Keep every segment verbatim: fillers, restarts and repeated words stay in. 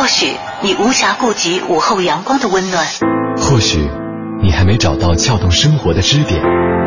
或许你无暇顾及午后阳光的温暖， 或许你还没找到撬动生活的支点。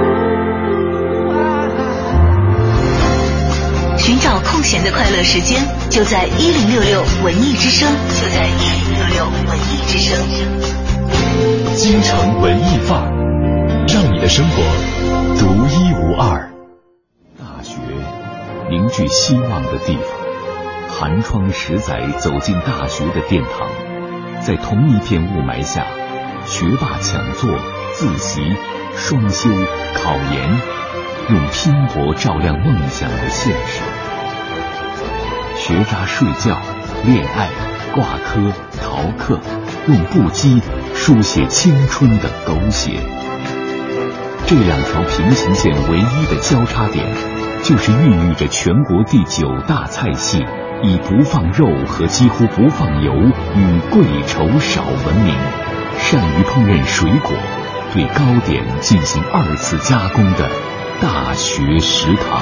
寻找空闲的快乐时间，就在一零六六文艺之声，就在一零六六文艺之声。 京城文艺范儿，让你的生活独一无二。 大学，凝聚希望的地方。寒窗十载走进大学的殿堂，在同一片雾霾下，学霸抢座、自习、双修、考研，用拼搏照亮梦想的现实。学渣睡觉、恋爱、挂科、逃课，用不羁书写青春的狗血。这两条平行线唯一的交叉点，就是孕育着全国第九大菜系，以不放肉和几乎不放油与贵稠少闻名，善于烹饪水果，对糕点进行二次加工的大学食堂。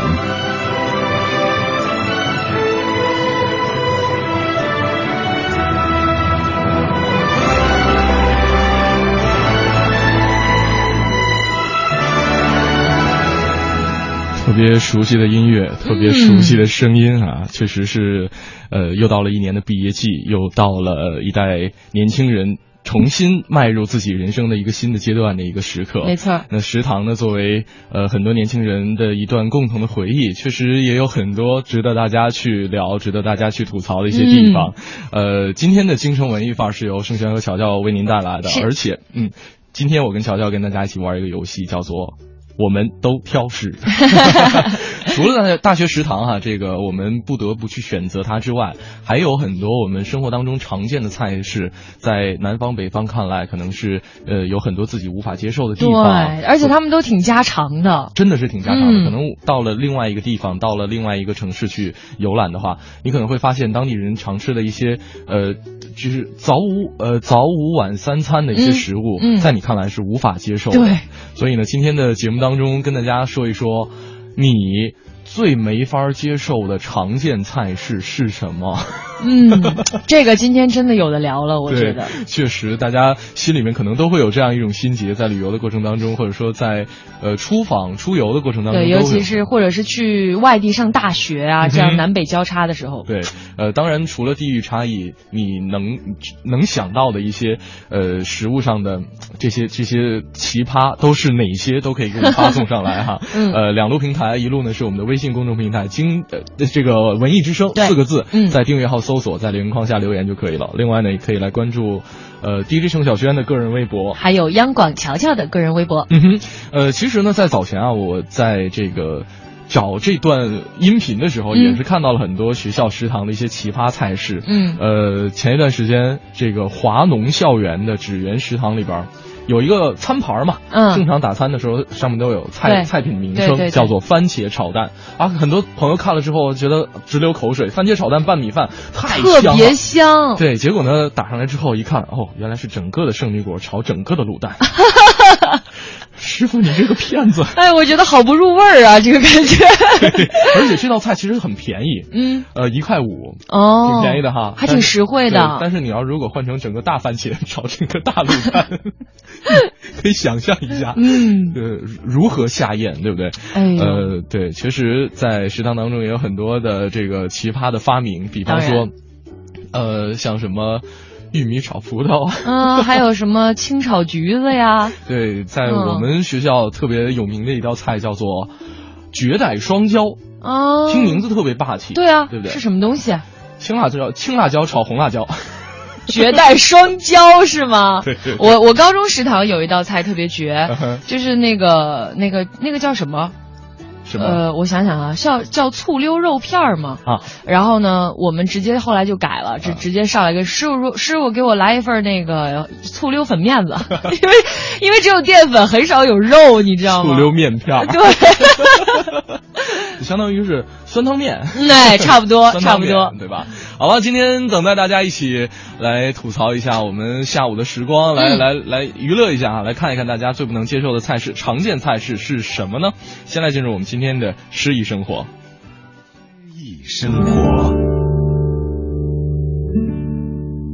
特别熟悉的音乐，特别熟悉的声音啊，嗯、确实是，呃，又到了一年的毕业季，又到了一代年轻人重新迈入自己人生的一个新的阶段的一个时刻。 没错。 那食堂呢，作为呃很多年轻人的一段共同的回忆，确实也有很多值得大家去聊、值得大家去吐槽的一些地方。嗯、呃，今天的京城文艺范儿是由盛璇和乔乔为您带来的，而且，嗯，今天我跟乔乔跟大家一起玩一个游戏，叫做我们都挑食。除了大学食堂哈、啊，这个我们不得不去选择它之外，还有很多我们生活当中常见的菜式，在南方北方看来可能是呃有很多自己无法接受的地方。 对，而且他们都挺家常的， 真的是挺家常的、 嗯、 可能到了另外一个地方，到了另外一个城市去游览的话，你可能会发现当地人常吃的一些呃就是早午呃早午晚三餐的一些食物、 嗯嗯、 在你看来是无法接受的。 对， 所以呢，今天的节目当中跟大家说一说你最没法接受的常见菜式是什么？ 嗯，这个今天真的有的聊了，我觉得。 确实，大家心里面可能都会有这样一种心结，在旅游的过程当中，或者说在呃出访出游的过程当中， 对，尤其是或者是去外地上大学啊，这样南北交叉的时候。 对，呃，当然除了地域差异，你能能想到的一些呃食物上的这些这些奇葩都是哪些，都可以给我们发送上来哈。 嗯。 呃，两路平台，一路呢是我们的微信公众平台，经呃这个文艺之声四个字， 嗯， 在订阅号搜索，在留言框下留言就可以了。另外呢，也可以来关注呃 D J 盛小轩的个人微博， 还有央广乔乔的个人微博。 嗯哼，呃，其实呢，在早前啊，我在这个找这段音频的时候， 嗯、 也是看到了很多学校食堂的一些奇葩菜式。 嗯， 呃，前一段时间，这个华农校园的纸园食堂里边有一个餐盘嘛， 嗯， 正常打餐的时候上面都有菜菜品名称， 对对对， 叫做番茄炒蛋啊。很多朋友看了之后觉得直流口水，番茄炒蛋拌米饭太香了， 特别香。 对，结果呢打上来之后一看，哦，原来是整个的圣女果炒整个的卤蛋。师傅，你这个骗子！ 哎，我觉得好不入味儿啊，这个感觉。 对，而且这道菜其实很便宜， 嗯， 呃，一块五， 哦， 挺便宜的哈， 还挺实惠的。 但是你要如果换成整个大番茄炒整个大卤蛋，可以想象一下， 嗯， 呃，如何下咽，对不对？ 哎， 呃，对，确实，在食堂当中也有很多的这个奇葩的发明，比方说，呃，像什么。玉米炒葡萄， 嗯，还有什么清炒橘子呀？ 对，在我们学校特别有名的一道菜叫做绝代双骄， 哦， 听名字特别霸气， 对啊， 对不对？ 是什么东西啊？ 青辣椒，青辣椒炒红辣椒， 绝代双骄是吗？ 对对对， 我我高中食堂有一道菜特别绝， uh-huh. 就是那个那个那个叫什么？呃，我想想啊，叫叫醋溜肉片嘛啊， 然后呢，我们直接后来就改了，直、啊、直接上来跟师傅说，师傅给我来一份那个醋溜粉面子，因为因为只有淀粉，很少有肉，你知道吗？ 醋溜面片， 对， 相当于是酸汤面， 对，差不多，差不多， 对吧？好了，今天等待大家一起来吐槽一下我们下午的时光，来、嗯、来来娱乐一下啊，来看一看大家最不能接受的菜式，常见菜式是什么呢？先来进入我们今天的诗意生活。 诗意生活，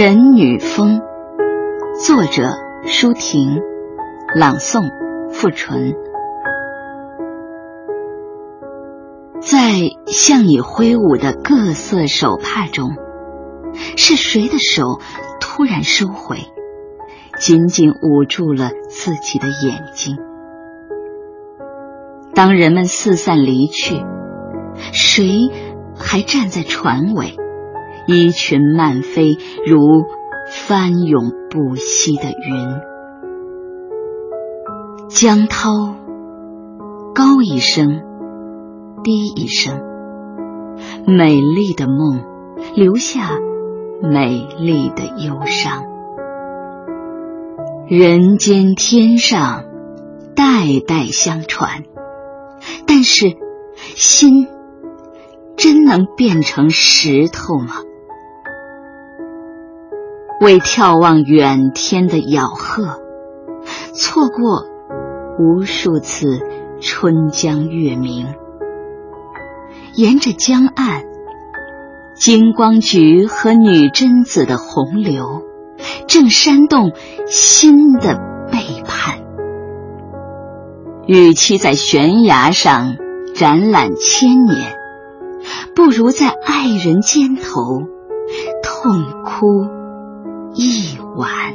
神女峰，作者舒婷，朗诵付纯。在向你挥舞的各色手帕中，是谁的手突然收回，紧紧捂住了自己的眼睛？当人们四散离去，谁还站在船尾，衣裙漫飞，如翻涌不息的云。江涛高一声，低一声，美丽的梦留下美丽的忧伤。人间天上代代相传，但是心真能变成石头吗？为眺望远天的咬鹤，错过无数次春江月明。沿着江岸，金光菊和女贞子的洪流正煽动新的背叛。与其在悬崖上展览千年，不如在爱人肩头痛哭一晚。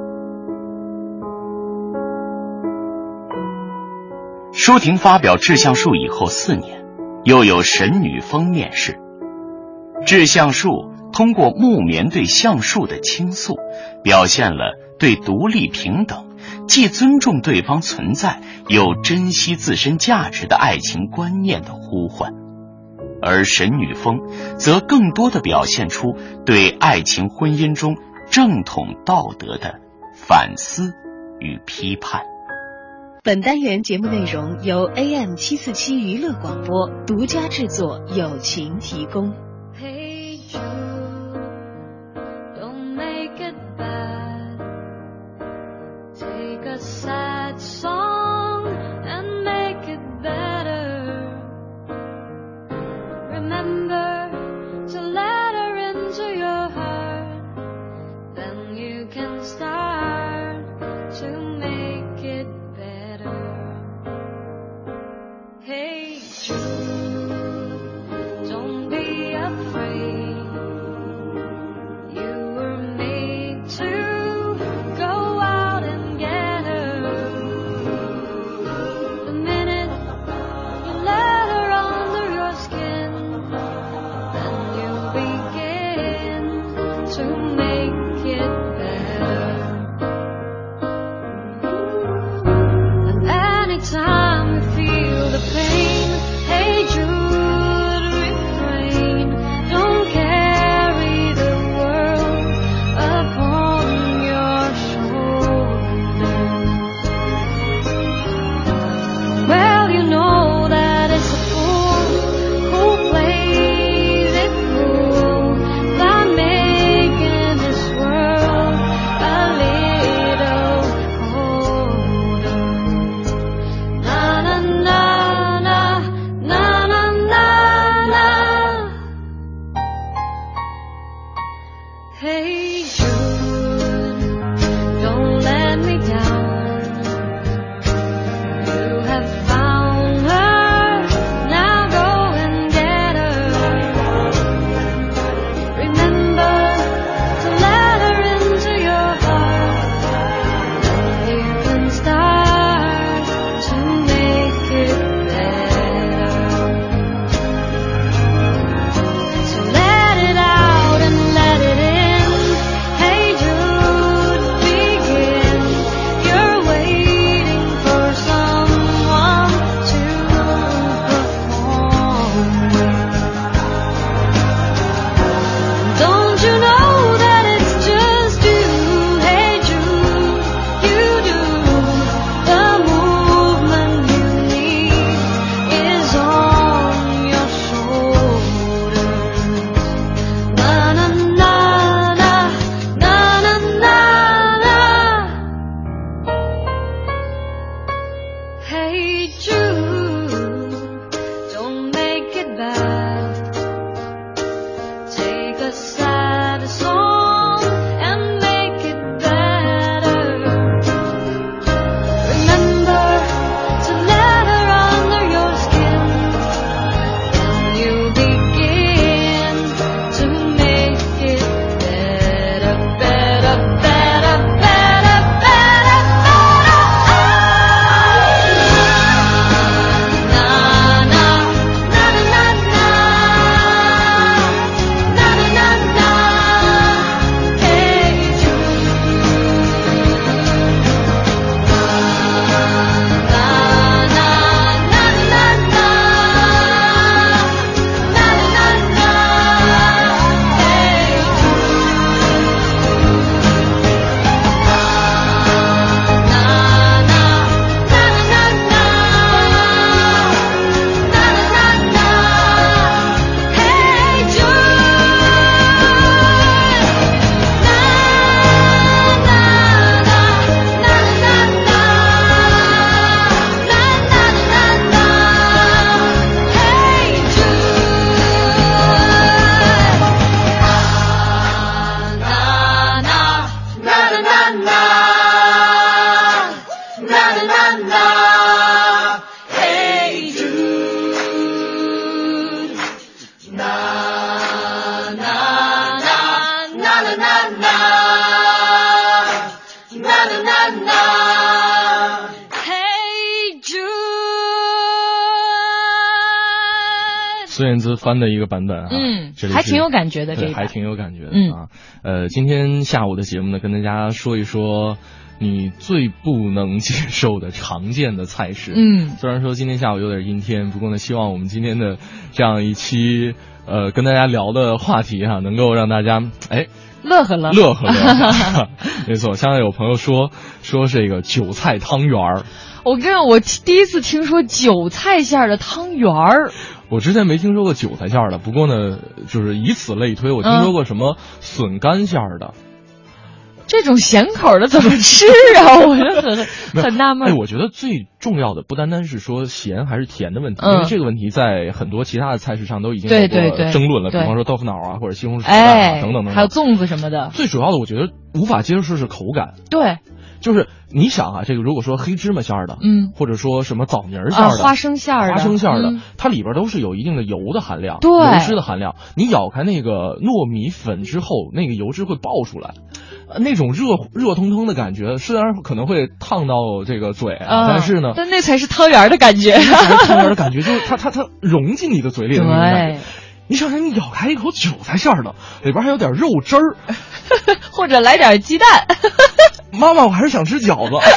舒婷发表《致橡树》以后四年，又有神女峰面世。《致橡树》通过木棉对橡树的倾诉，表现了对独立平等，既尊重对方存在，又珍惜自身价值的爱情观念的呼唤。而神女峰则更多地表现出对爱情婚姻中正统道德的反思与批判。 本单元节目内容由 A M 七四七娱乐广播独家制作，友情提供。Hey Jude, don't make it bad. Take a sad song and make it better. Remember to let her into your heart. Then you can start to make it Hey Jude, don't be afraid. You were made to go out and get her. The minute you let her under your skin, then you begin to make it better. And anytime you feel the pain, hey Jude, refrain. Don't carry the world upon your shoulders. Well, you know that it's a fool who plays it cool by making this world a little colder. Na na na. Hey Jude, don't let me down. You have found her, now go and get her. Remember to let her into your heart. Then you can start to make it better. So let it out and let it in. Hey Jude, don't make it bad. Take a sad song na na, hey Jude, na na na na na na na, na na na na, hey Jude。 孙燕姿翻的一个版本啊， 嗯， 这还挺有感觉的，这对， 个还挺有感觉的、 嗯、 啊。呃，今天下午的节目呢，跟大家说一说你最不能接受的常见的菜式。 嗯， 虽然说今天下午有点阴天，不过呢，希望我们今天的这样一期呃跟大家聊的话题哈、啊，能够让大家哎乐呵乐乐呵乐呵。没错，现在有朋友说说这个韭菜汤圆儿。 我跟我第一次听说韭菜馅的汤圆儿。 我之前没听说过韭菜馅的，不过呢，就是以此类推，我听说过什么笋干馅的。嗯， 这种咸口的怎么吃啊？我就很很纳闷。 哎，我觉得最重要的不单单是说咸还是甜的问题，嗯、因为这个问题在很多其他的菜市上都已经有过争论了，比方说豆腐脑啊，或者西红柿蛋啊、 哎、 等等等等， 还有粽子什么的。 最主要的，我觉得无法接受是口感。 对。 就是你想啊，这个如果说黑芝麻馅的， 嗯， 或者说什么枣泥馅的、啊、 花生馅的、 花生馅的、 嗯， 它里边都是有一定的油的含量， 对， 油脂的含量。你咬开那个糯米粉之后，那个油脂会爆出来，呃、那种热热腾腾的感觉，虽然可能会烫到这个嘴， 啊、 但是呢， 但那才是汤圆的感觉， 那才是汤圆的感觉，就是它它它融进你的嘴里的那种感觉。你想想，你咬开一口韭菜馅的，里边还有点肉汁儿， 或者来点鸡蛋。 妈妈，我还是想吃饺子。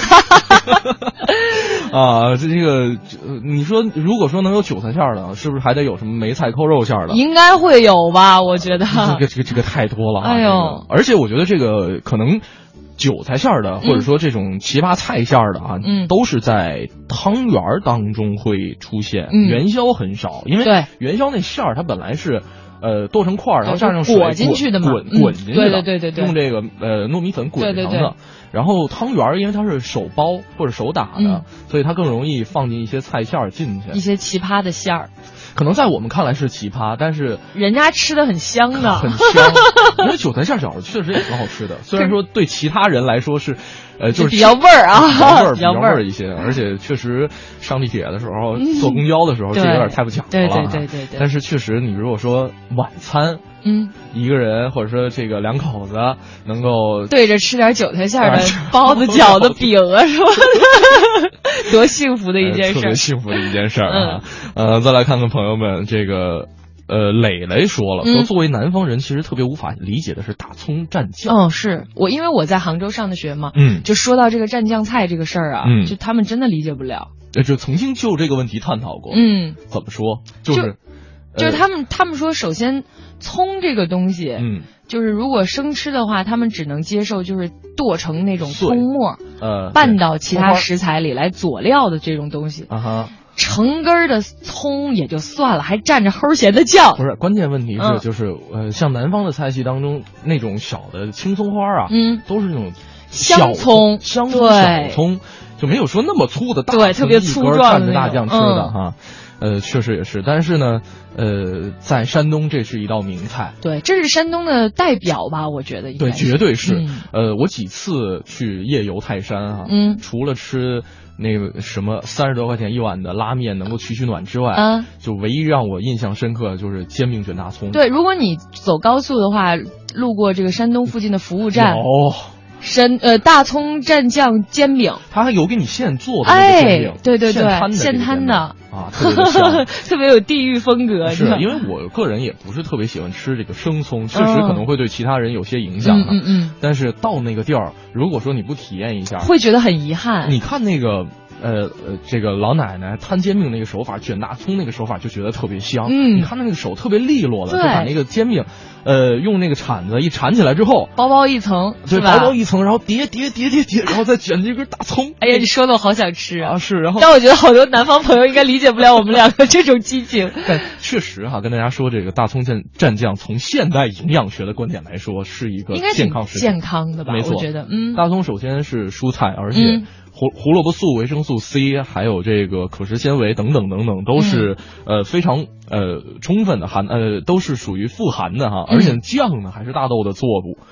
啊，这这个，你说如果说能有韭菜馅的，是不是还得有什么梅菜扣肉馅的？ 应该会有吧，我觉得。 这个这个这个太多了、啊。 哎呦、 这个，而且我觉得这个可能韭菜馅的，或者说这种奇葩菜馅的啊， 嗯， 都是在汤圆当中会出现， 嗯、 元宵很少，因为对元宵那馅儿它本来是。呃，剁成块儿，然后蘸上水裹进去的嘛， 滚滚进去的， 对对对对对， 用这个呃糯米粉滚成的。 对对对， 然后汤圆因为它是手包或者手打的、 嗯， 所以它更容易放进一些菜馅儿进去， 一些奇葩的馅儿。 可能在我们看来是奇葩，但是人家吃的很香的， 很香。因为韭菜馅饺子确实也很好吃的，虽然说对其他人来说是，呃，就是比较味儿啊， 比较味儿， 比较味儿一些。而且确实上地铁的时候、嗯、坐公交的时候，这有点太不讲究了。 对对对对对。 但是确实，你如果说晚餐， 嗯， 一个人或者说这个两口子能够对着吃点韭菜馅的包子、饺子、饼啊什么的，多幸福的一件事， 特别幸福的一件事啊！嗯、呃，再来看看朋友们这个。呃，磊磊说了，说作为南方人，其实特别无法理解的是大葱蘸酱。 哦，是我因为我在杭州上的学嘛， 嗯， 就说到这个蘸酱菜这个事儿啊， 嗯， 就他们真的理解不了。 呃，就曾经就这个问题探讨过， 嗯， 怎么说？就是， 就、呃、就是他们他们说，首先葱这个东西， 嗯， 就是如果生吃的话，他们只能接受就是剁成那种葱末， 呃， 拌到其他食材里来佐料的这种东西。 啊哈。 成根的葱也就算了，还蘸着齁咸的酱。 不是，关键问题是、嗯、就是呃，像南方的菜系当中那种小的青葱花啊， 嗯， 都是那种香葱， 香葱小葱，就没有说那么粗的大葱， 对，特别粗壮蘸着大酱吃的哈。嗯、呃，确实也是，但是呢，呃，在山东这是一道名菜， 对，这是山东的代表吧？我觉得应该对，绝对是。 嗯、 呃，我几次去夜游泰山啊， 嗯， 除了吃。那个什么三十多块钱一碗的拉面能够取取暖之外， 嗯， 就唯一让我印象深刻就是煎饼卷大葱。 对，如果你走高速的话，路过这个山东附近的服务站， 哦， 山呃大葱蘸酱煎饼， 它还有给你现做的那个煎饼， 哎，对对对， 现摊的啊，特别香特别有地域风格。 是因为我个人也不是特别喜欢吃这个生葱，确实可能会对其他人有些影响、啊。 嗯嗯嗯。 但是到那个地儿，如果说你不体验一下， 会觉得很遗憾。 你看那个。呃呃，这个老奶奶摊煎饼那个手法，卷大葱那个手法，就觉得特别香。 嗯， 你看那个手特别利落了，就把那个煎饼，呃，用那个铲子一铲起来之后， 薄薄一层， 对，薄薄一层，然后叠叠叠叠叠，然后再卷这根大葱。 哎呀，你说的我好想吃啊！是，然后， 但我觉得好多南方朋友应该理解不了我们两个这种激情。 但确实哈，跟大家说，这个大葱蘸蘸酱，从现代营养学的观点来说，是一个健康食品， 健康的吧？ 没错， 我觉得，嗯， 大葱首先是蔬菜，而且。 嗯胡胡萝卜素、维生素 C， 还有这个可食纤维等等等等，都是、嗯、呃非常呃充分的含呃都是属于富含的哈，而且酱呢还是大豆的作物。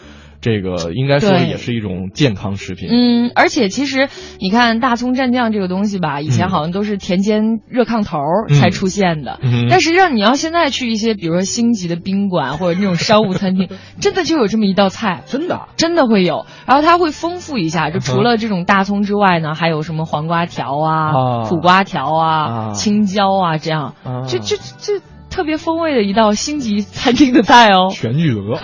这个应该说也是一种健康食品。 嗯，而且其实你看大葱蘸酱这个东西吧，以前好像都是田间热炕头才出现的， 嗯、 但实际上你要现在去一些比如说星级的宾馆或者那种商务餐厅，真的就有这么一道菜， 真的真的会有，然后它会丰富一下，就除了这种大葱之外呢，还有什么黄瓜条啊、 啊苦瓜条啊、 啊青椒啊，这样， 啊就就就特别风味的一道星级餐厅的菜哦， 全聚德。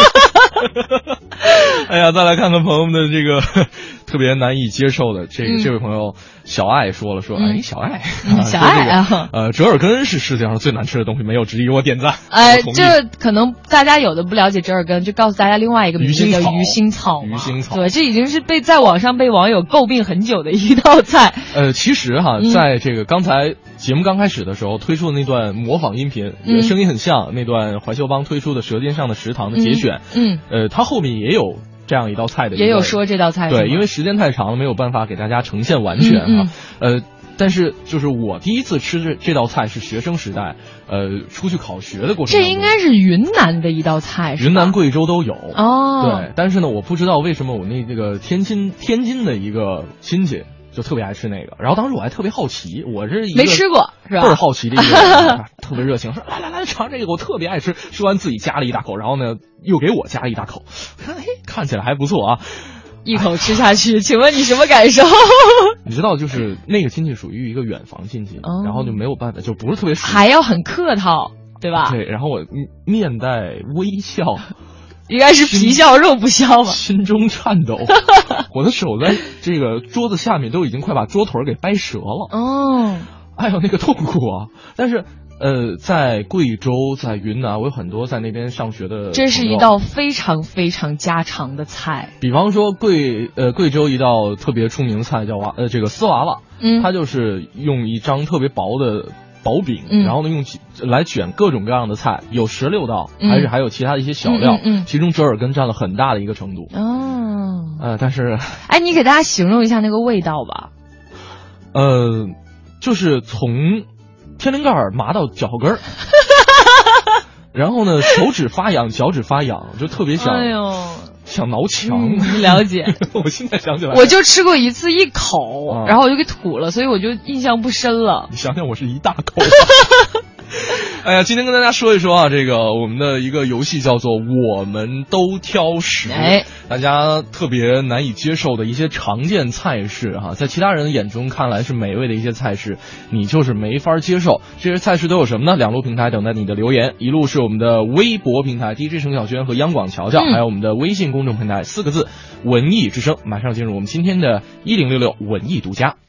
哎呀，再来看看朋友们的这个特别难以接受的这个、嗯、这位朋友小爱说了说，嗯、哎，小爱， 嗯、小爱啊， 这个、呃，折耳根是世界上最难吃的东西，没有之一，我点赞。 哎，这可能大家有的不了解折耳根，就告诉大家另外一个名字叫鱼腥草。 鱼腥草， 对，这已经是被在网上被网友诟病很久的一道菜。 呃，其实哈，在这个刚才节目刚开始的时候推出的那段模仿音频， 嗯、 声音很像那段怀秀帮推出的《舌尖上的食堂》的节选， 嗯， 嗯呃，它后面也有这样一道菜的， 也有说这道菜， 对，因为时间太长了，没有办法给大家呈现完全哈、 嗯嗯， 呃。但是，就是我第一次吃这这道菜是学生时代，呃，出去考学的过程。 这应该是云南的一道菜，是吧？ 云南、贵州都有哦。 对，但是呢，我不知道为什么我那这个天津天津的一个亲戚就特别爱吃那个，然后当时我还特别好奇，我是一个没吃过是吧？ 倍儿好奇的一个人，特别热情，说来来来尝这个，我特别爱吃。说完自己夹了一大口，然后呢又给我夹了一大口，看哎看起来还不错啊。 一口吃下去，请问你什么感受？ 你知道，就是那个亲戚属于一个远房亲戚， 哦、 然后就没有办法，就不是特别熟， 还要很客套，对吧？ 对，然后我面带微笑， 应该是皮笑肉不笑吧， 心中颤抖，我的手在这个桌子下面都已经快把桌腿给掰折了。 哦， 哎呦，那个痛苦啊！但是。呃，在贵州，在云南，我有很多在那边上学的。 这是一道非常非常家常的菜。 比方说贵呃贵州一道特别出名的菜叫娃呃这个丝娃娃， 嗯， 它就是用一张特别薄的薄饼， 嗯、 然后呢用来卷各种各样的菜，有十六道， 嗯、 还是还有其他的一些小料， 嗯嗯嗯、 其中折耳根占了很大的一个程度。 哦， 呃，但是， 哎，你给大家形容一下那个味道吧。 呃，就是从。天灵盖麻到脚后跟儿，然后呢，手指发痒，脚趾发痒，就特别想， 哎呦， 想挠墙。 嗯、了解。 我现在想起来， 我就吃过一次一口， 啊、 然后我就给吐了，所以我就印象不深了。 你想想，我是一大口。哎呀，今天跟大家说一说啊，这个我们的一个游戏叫做我们都挑食， 哎， 大家特别难以接受的一些常见菜式哈、啊，在其他人眼中看来是美味的一些菜式，你就是没法接受。这些菜式都有什么呢？两路平台等待你的留言，一路是我们的微博平台 D J 程小轩和央广乔乔、嗯，还有我们的微信公众平台四个字文艺之声。马上进入我们今天的一零六六文艺独家。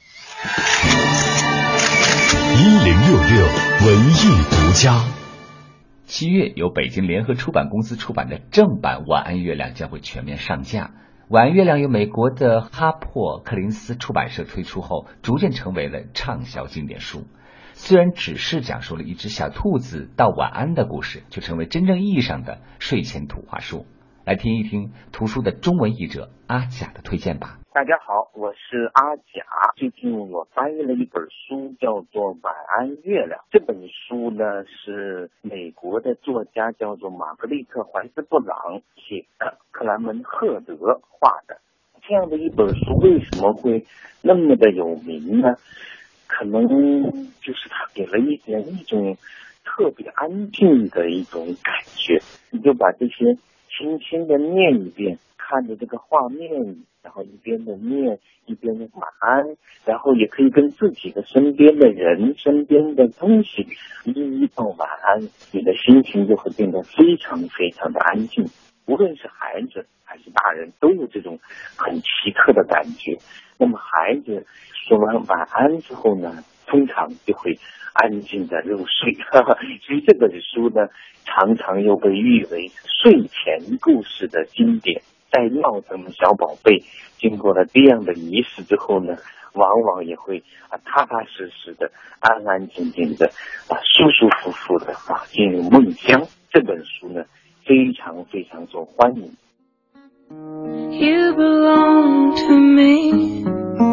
一零六六文艺独家。 七月由北京联合出版公司出版的正版《晚安月亮》将会全面上架。《晚安月亮》由美国的哈珀柯林斯出版社推出后，逐渐成为了畅销经典书。虽然只是讲述了一只小兔子道晚安的故事，却成为真正意义上的睡前图画书。来听一听图书的中文译者阿甲的推荐吧。 大家好，我是阿甲。最近我翻译了一本书，叫做《晚安月亮》。这本书呢是美国的作家叫做玛格丽特·怀斯布朗写的，克莱门·赫德画的。这样的一本书为什么会那么的有名呢？可能就是它给了一人一种特别安静的一种感觉。你就把这些轻轻的念一遍，看着这个画面，然后一边的念一边的晚安，然后也可以跟自己的身边的人身边的东西一一道晚安，你的心情就会变得非常非常的安静。无论是孩子还是大人都有这种很奇特的感觉。那么孩子说完晚安之后呢，通常就会安静的入睡。所以这本书呢常常又被誉为睡前故事的经典。在闹腾的小宝贝经过了这样的仪式之后呢，往往也会啊踏踏实实的安安静静的啊舒舒服服的啊进入梦乡。这本书呢非常非常受欢迎。 You belong to me.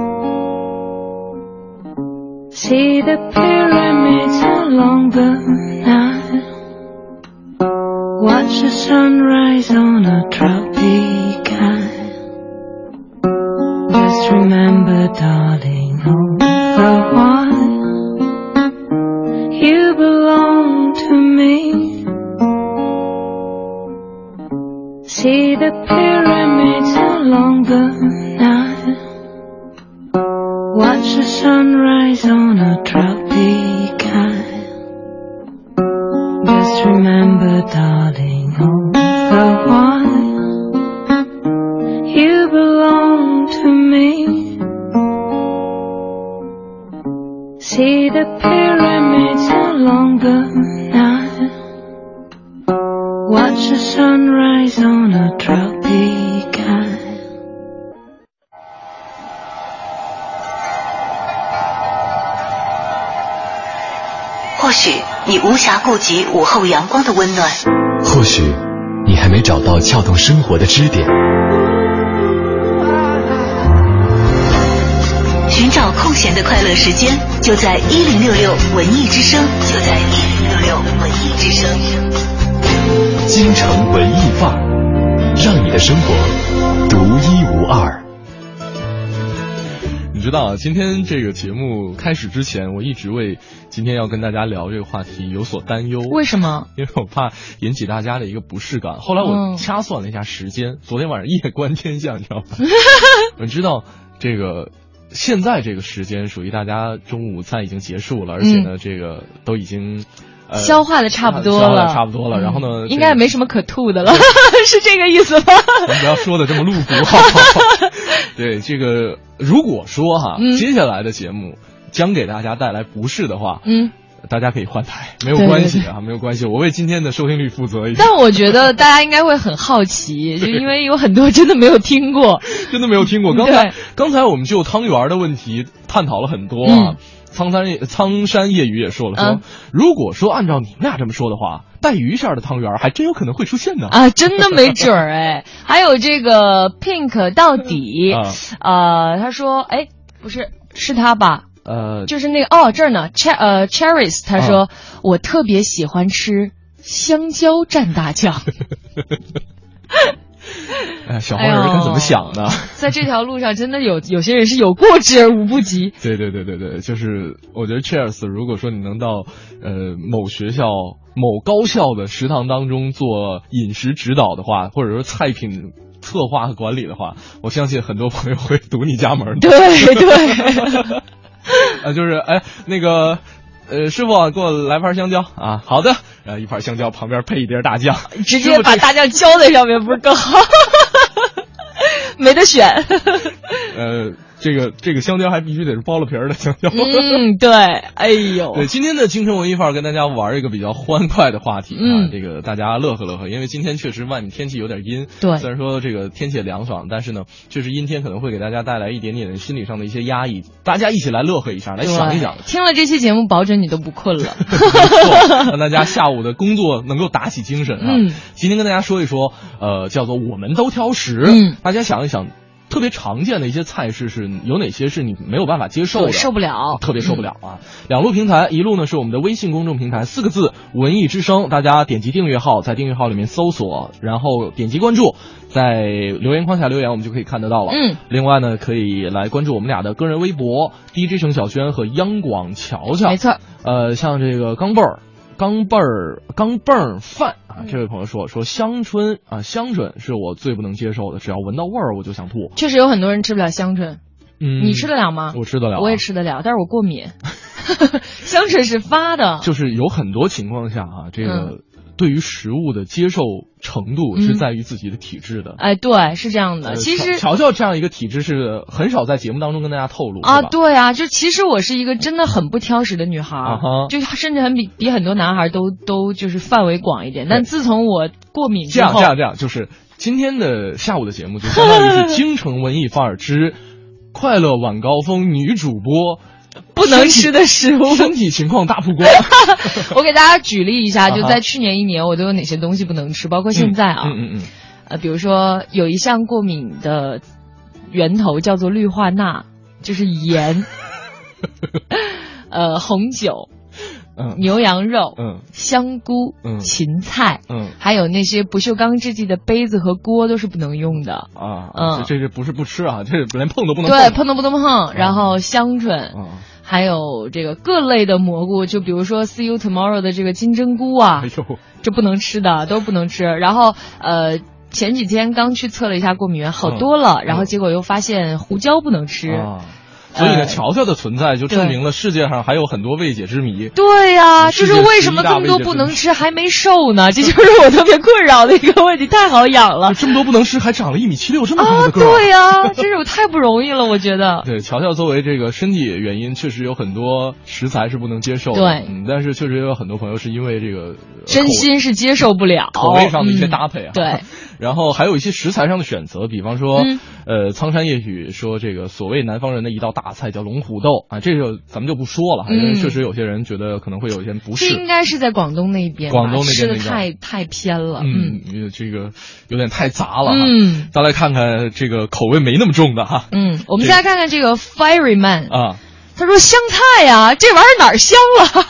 See the pyramids along the Nile. Watch the sunrise on a tropic Just remember, darling, all the while you belong to me. See the pyramids along the Nile. Watch the sunrise on a tropic isle. Just remember, darling, all the while you belong to me. See the pyramids along the Nile. Watch the sunrise on a tropic isle. 或许你无暇顾及午后阳光的温暖， 或许你还没找到撬动生活的支点。 寻找空闲的快乐时间，就在一零六六文艺之声，就在一零六六文艺之声。 京城文艺范儿，让你的生活独一无二。 你知道啊，今天这个节目开始之前，我一直为今天要跟大家聊这个话题有所担忧。 为什么？ 因为我怕引起大家的一个不适感。后来我掐算了一下时间，嗯、昨天晚上夜观天象，你知道吗？我知道这个现在这个时间属于大家中午午餐已经结束了，而且呢，嗯、这个都已经。呃、 消化的差不多了， 差不多了。然后呢， 嗯、应该没什么可吐的了，是这个意思吗？ 咱不要说的这么露骨，好不好？对，这个如果说哈，嗯、接下来的节目将给大家带来不适的话，嗯，大家可以换台，没有关系啊，没有关系。我为今天的收听率负责一下。 但我觉得大家应该会很好奇，就因为有很多真的没有听过， 真的没有听过。刚才刚才我们就汤圆的问题探讨了很多啊。嗯苍山苍山夜雨也说了说、嗯，如果说按照你们俩这么说的话，带鱼馅的汤圆还真有可能会出现呢啊，真的没准儿哎。还有这个 Pink 到底，啊、呃，他说，哎，不是，是他吧？ 呃， 就是那个哦，这儿呢 ，Cher 呃 Cherries， 他说、啊、我特别喜欢吃香蕉蘸大酱。 哎，小黄人该怎么想呢？ 在这条路上，真的有有些人是有过之而无不及。 对对对对对，就是我觉得 Cheers， 如果说你能到呃某学校、某高校的食堂当中做饮食指导的话，或者说菜品策划和管理的话，我相信很多朋友会堵你家门。 对对， 啊，就是哎那个。呃，师傅、啊、给我来盘香蕉啊！好的，然后一盘香蕉旁边配一碟大酱， 直接把大酱浇在上面，不是更好？没得选。 呃，这个这个香蕉还必须得是剥了皮儿的香蕉。 嗯，对，哎呦， 对，今天的京城文艺范儿跟大家玩一个比较欢快的话题啊，嗯、这个大家乐呵乐呵，因为今天确实外面天气有点阴， 对， 虽然说这个天气也凉爽，但是呢，确实阴天可能会给大家带来一点点心理上的一些压抑，大家一起来乐呵一下，来想一想。 听了这期节目，保准你都不困了。 没错，让大家下午的工作能够打起精神啊。嗯，今天跟大家说一说，呃，叫做我们都挑食，嗯，大家想一想。特别常见的一些菜式是有哪些是你没有办法接受的， 受不了， 特别受不了啊！嗯、两路平台，一路呢是我们的微信公众平台，四个字“文艺之声”，大家点击订阅号，在订阅号里面搜索，然后点击关注，在留言框下留言，我们就可以看得到了。嗯，另外呢，可以来关注我们俩的个人微博 D J 程小轩和央广乔乔。 没错， 呃，像这个钢镚儿。钢镚儿钢镚儿饭啊，这位朋友说说香椿啊，香椿是我最不能接受的，只要闻到味儿我就想吐。 确实有很多人吃不了香椿，嗯，你吃得了吗？ 我吃得了、啊， 我也吃得了，但是我过敏。香椿是发的， 就是有很多情况下啊，这个。嗯对于食物的接受程度是在于自己的体质的。 嗯、哎，对，是这样的。呃、其实乔乔这样一个体质是很少在节目当中跟大家透露啊。对啊，就其实我是一个真的很不挑食的女孩，啊、就甚至很比比很多男孩都都就是范围广一点。但自从我过敏之后， 这样这样这样，就是今天的下午的节目就相当于是京城文艺范儿之快乐晚高峰女主播。 不能吃的食物， 身体情况大曝光。 我给大家举例一下，就在去年一年，我都有哪些东西不能吃，包括现在啊， 嗯嗯嗯， 呃，比如说有一项过敏的源头叫做氯化钠，就是盐，呃，红酒， 嗯，牛羊肉， 嗯， 香菇， 嗯， 芹菜， 嗯， 还有那些不锈钢制剂的杯子和锅都是不能用的啊。 嗯， 这这不是不吃啊，这连碰都不能碰。 对，碰都不能碰。然后香椿， 嗯， 还有这个各类的蘑菇，就比如说 See You Tomorrow 的这个金针菇啊， 哎呦， 这不能吃的，都不能吃。然后呃。前几天刚去测了一下过敏源，好多了，嗯、然后结果又发现胡椒不能吃。 啊所以呢，乔乔的存在就证明了世界上还有很多未解之谜。 对呀、啊，就是为什么这么多不能吃还没瘦呢？这就是我特别困扰的一个问题，太好养了。 这么多不能吃，还长了一米七六这么高的个儿、 啊。对呀、啊，真是我太不容易了，我觉得。 对，乔乔作为这个身体原因，确实有很多食材是不能接受的。 对， 嗯，但是确实也有很多朋友是因为这个真心是接受不了口味上的一些搭配啊。 嗯、对。 然后还有一些食材上的选择，比方说， 嗯、 呃，苍山夜雨说这个所谓南方人的一道大菜叫龙虎豆啊，这个咱们就不说了，因为确实有些人觉得可能会有一些不适。 这应该是在广东那边， 广东那边吃的太太偏了， 嗯，嗯这个有点太杂了。 嗯， 再来看看这个口味没那么重的哈。 嗯，我们再来看看这个 Fireman 啊， 他说香菜呀、啊，这玩意儿哪儿香了？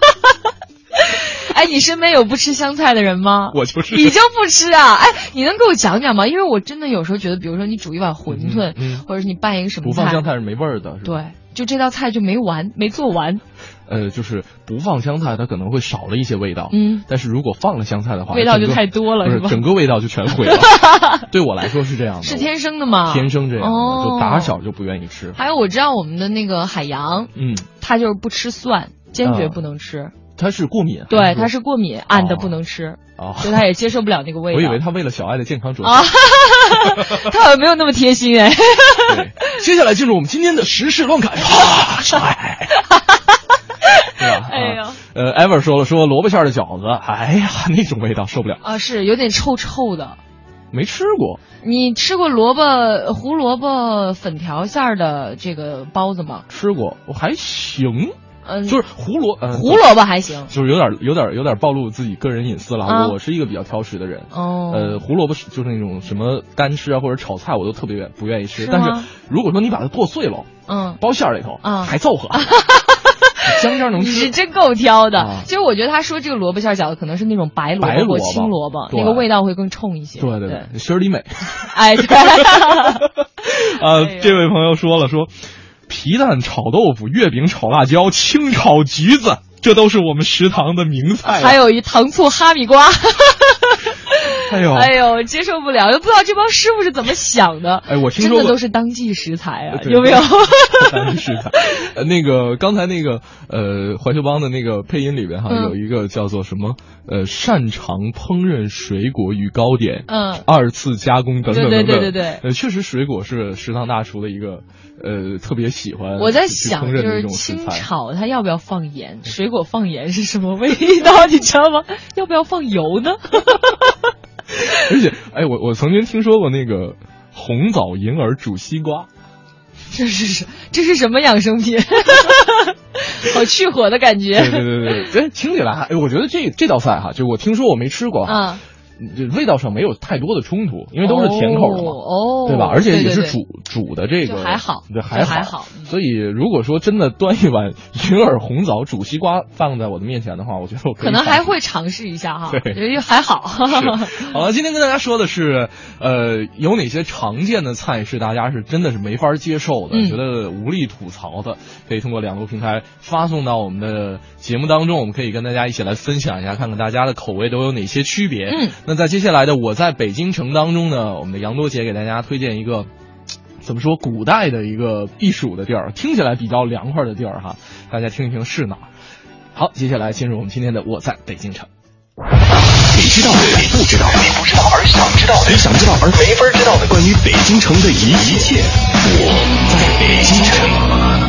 哎，你身边有不吃香菜的人吗？ 我就是。 你就不吃啊？哎，你能给我讲讲吗？因为我真的有时候觉得，比如说你煮一碗馄饨， 嗯嗯、 或者是你拌一个什么菜， 不放香菜是没味儿的。 对，就这道菜就没完，没做完。 呃，就是不放香菜，它可能会少了一些味道。 嗯， 但是如果放了香菜的话， 味道就太多了， 是吧？ 整个味道就全毁了。对我来说是这样的， 是天生的吗？ 天生这样的， 哦、 就打小就不愿意吃。 还有我知道我们的那个海洋， 嗯， 他就是不吃蒜，坚决不能吃。 嗯他是过敏， 对，他是过敏，暗的不能吃， 哦， 所以他也接受不了那个味道。 我以为他为了小爱的健康着想， 啊、他好像没有那么贴心哎。 对，接下来进入我们今天的时事乱侃，啊，小爱，对吧？ 哎呀， 呃 ，Ever 说了，说萝卜馅的饺子，哎呀，那种味道受不了啊，是有点臭臭的。 没吃过， 你吃过萝卜胡萝卜粉条馅的这个包子吗？ 吃过，我还行。 嗯， 就是胡萝呃胡萝卜还行， 就是有点有点有点暴露自己个人隐私了。 啊、 我是一个比较挑食的人， 哦， 呃，胡萝卜就是那种什么干吃啊或者炒菜，我都特别不愿意吃。但是如果说你把它剁碎了， 嗯， 包馅儿里头， 嗯， 还凑合，香香能吃。 你是真够挑的。 啊、 其实我觉得他说这个萝卜馅饺子可能是那种白萝卜或青萝卜，那个味道会更冲一些。 对对对，心里美。 哎，对。 呃，这位朋友说了说。皮蛋炒豆腐、月饼炒辣椒、清炒橘子，这都是我们食堂的名菜、啊。 还有一糖醋哈密瓜。 哎呦， 哎呦，接受不了，又不知道这帮师傅是怎么想的。 哎，我听说真的都是当季食材啊，有没有？ 当季食材。呃，那个刚才那个呃怀旧帮的那个配音里边哈，嗯、有一个叫做什么呃擅长烹饪水果与糕点， 嗯， 二次加工等等等等。 对对对对对。 呃，确实水果是食堂大厨的一个呃特别喜欢。 我在想，就是清炒它要不要放盐？水果放盐是什么味道？你知道吗？要不要放油呢？ 而且，哎，我我曾经听说过那个红枣银耳煮西瓜， 这是这是什么养生品？好去火的感觉。 对对对对，哎，听起来，哎，我觉得这这道菜哈，就我听说我没吃过啊。 这味道上没有太多的冲突，因为都是甜口的嘛， 哦， 对吧？而且也是煮对对对煮的这个还好， 对还好，还好。 所以如果说真的端一碗银耳红枣煮西瓜放在我的面前的话，我觉得我可以可能还会尝试一下哈， 对， 因为还好。 好了，今天跟大家说的是，呃，有哪些常见的菜是大家是真的是没法接受的， 嗯、 觉得无力吐槽的，可以通过两个平台发送到我们的节目当中，我们可以跟大家一起来分享一下，看看大家的口味都有哪些区别。 嗯， 那在接下来的我在北京城当中呢，我们的杨多姐给大家推荐一个怎么说古代的一个避暑的地儿，听起来比较凉快的地儿哈，大家听一听是哪儿。好，接下来进入我们今天的我在北京城。 你知道的，你不知道的，你不知道而想知道的，你想知道而没法知道的，关于北京城的一切，我在北京城。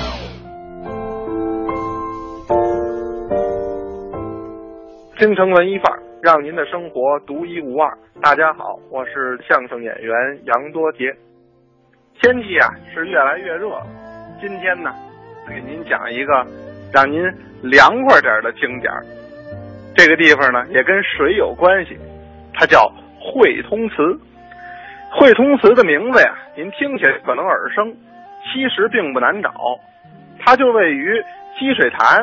京城文艺范儿，让您的生活独一无二。大家好，我是相声演员杨多杰。天气啊是越来越热了，今天呢给您讲一个让您凉快点的景点。这个地方呢也跟水有关系，它叫会通祠。会通祠的名字呀，您听起来可能耳生，其实并不难找。它就位于积水潭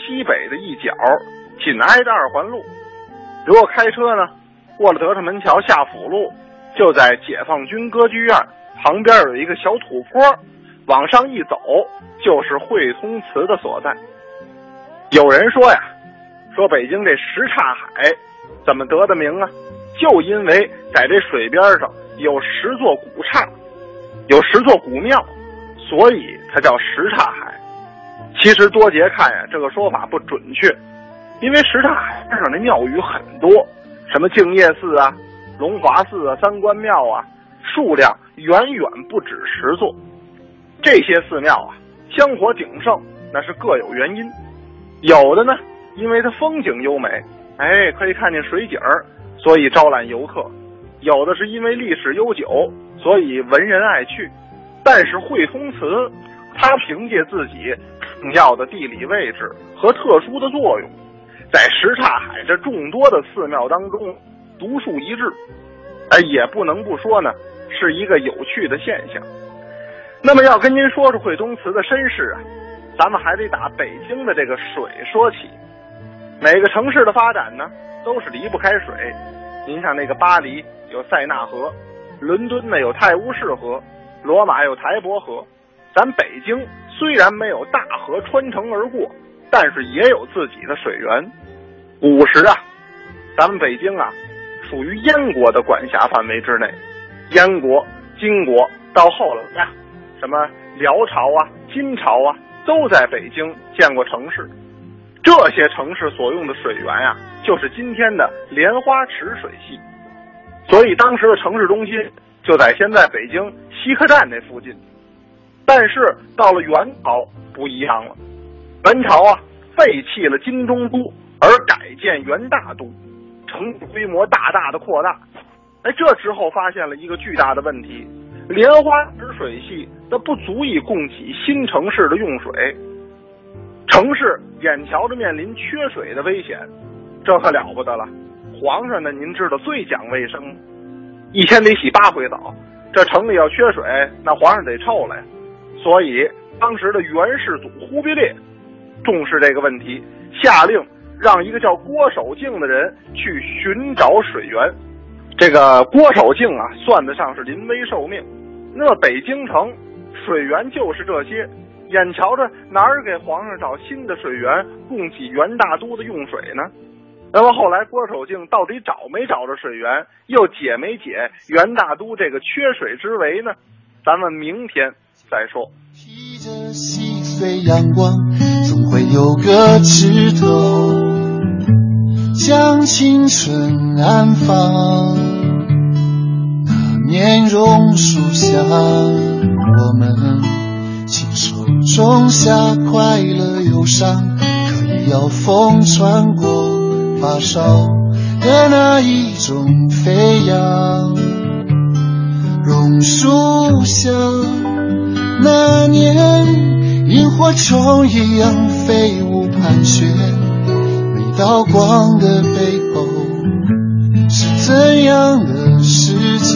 西北的一角，紧挨着二环路。如果开车呢，过了德胜门桥下辅路，就在解放军歌剧院旁边有一个小土坡，往上一走就是汇通祠的所在。有人说呀，说北京这什刹海怎么得的名啊？就因为在这水边上有十座古刹，有十座古庙，所以它叫什刹海。其实多节看呀，这个说法不准确，因为什刹海上的庙宇很多，什么净业寺啊、龙华寺啊、三官庙啊，数量远远不止十座。这些寺庙啊，香火鼎盛，那是各有原因。有的呢，因为它风景优美，哎，可以看见水景，所以招揽游客；有的是因为历史悠久，所以文人爱去。但是汇通祠，它凭借自己重要的地理位置和特殊的作用，在什刹海这众多的寺庙当中独树一帜，哎，也不能不说呢，是一个有趣的现象。那么要跟您说说汇通祠的身世啊，咱们还得打北京的这个水说起。每个城市的发展呢，都是离不开水。您像那个巴黎有塞纳河，伦敦呢有泰晤士河，罗马有台伯河。咱北京虽然没有大河穿城而过，但是也有自己的水源。古时啊，咱们北京啊，属于燕国的管辖范围之内。燕国、金国到后来呀、啊，什么辽朝啊、金朝啊，都在北京建过城市。这些城市所用的水源呀、啊，就是今天的莲花池水系。所以当时的城市中心就在现在北京西客站那附近。但是到了元朝不一样了，元朝啊废弃了金中都，而改建元大都，城市规模大大的扩大。哎，这之后发现了一个巨大的问题，莲花池水系它不足以供给新城市的用水，城市眼瞧着面临缺水的危险，这可了不得了。皇上呢，您知道最讲卫生，一天得洗八回澡，这城里要缺水，那皇上得臭了呀。所以当时的元世祖忽必烈重视这个问题，下令让一个叫郭守敬的人去寻找水源。这个郭守敬啊，算得上是临危受命。那么北京城水源就是这些，眼瞧着哪儿给皇上找新的水源供给元大都的用水呢？那么后来郭守敬到底找没找着水源，又解没解元大都这个缺水之围呢？咱们明天再说。 披着细碎阳光，总会有个枝头将青春安放。那年榕树下，我们亲手种下快乐忧伤，可以要风穿过发梢的那一种飞扬。榕树下那年，萤火虫一样飞舞盘旋，每道光的背后是怎样的世界？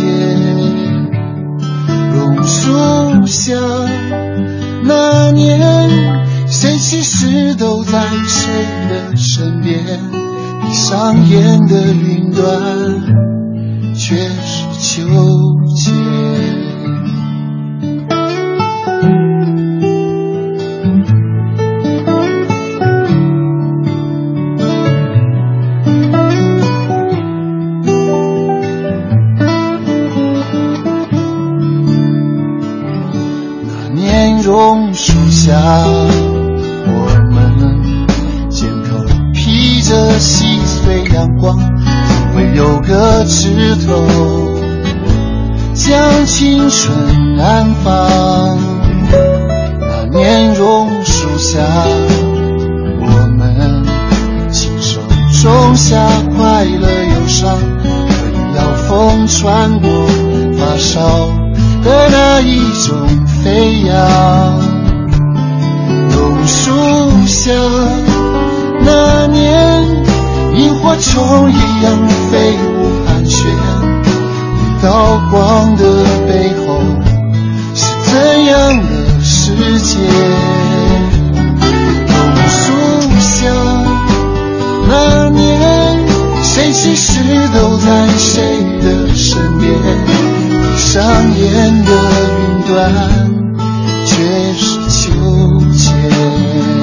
榕树下那年，谁其实都在谁的身边，闭上眼的云端却是秋千。榕树下，我们肩头披着细碎阳光，总会有个枝头将青春安放。那年榕树下，我们亲手种下快乐忧伤，可以要风穿过发梢的那一种飞扬。榕树下那年，萤火虫一样飞舞盘旋，一道光的背后是怎样的世界？榕树下短，却是秋千。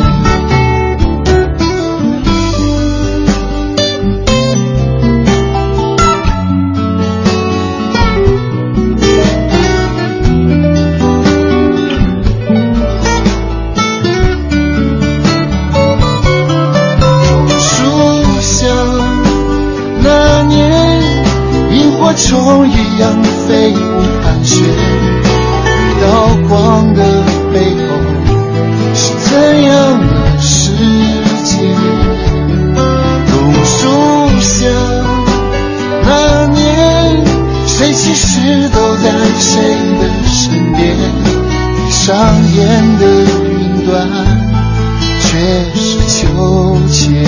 虫一样飞舞盘旋，一道光的背后是怎样的世界？榕树下那年，谁其实都在谁的身边，闭上眼的云端却是秋千。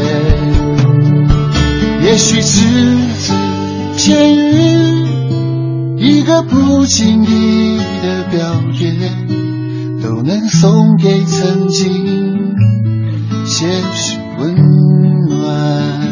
也许只字片语，一个不经意的表演，都能送给曾经些许温暖。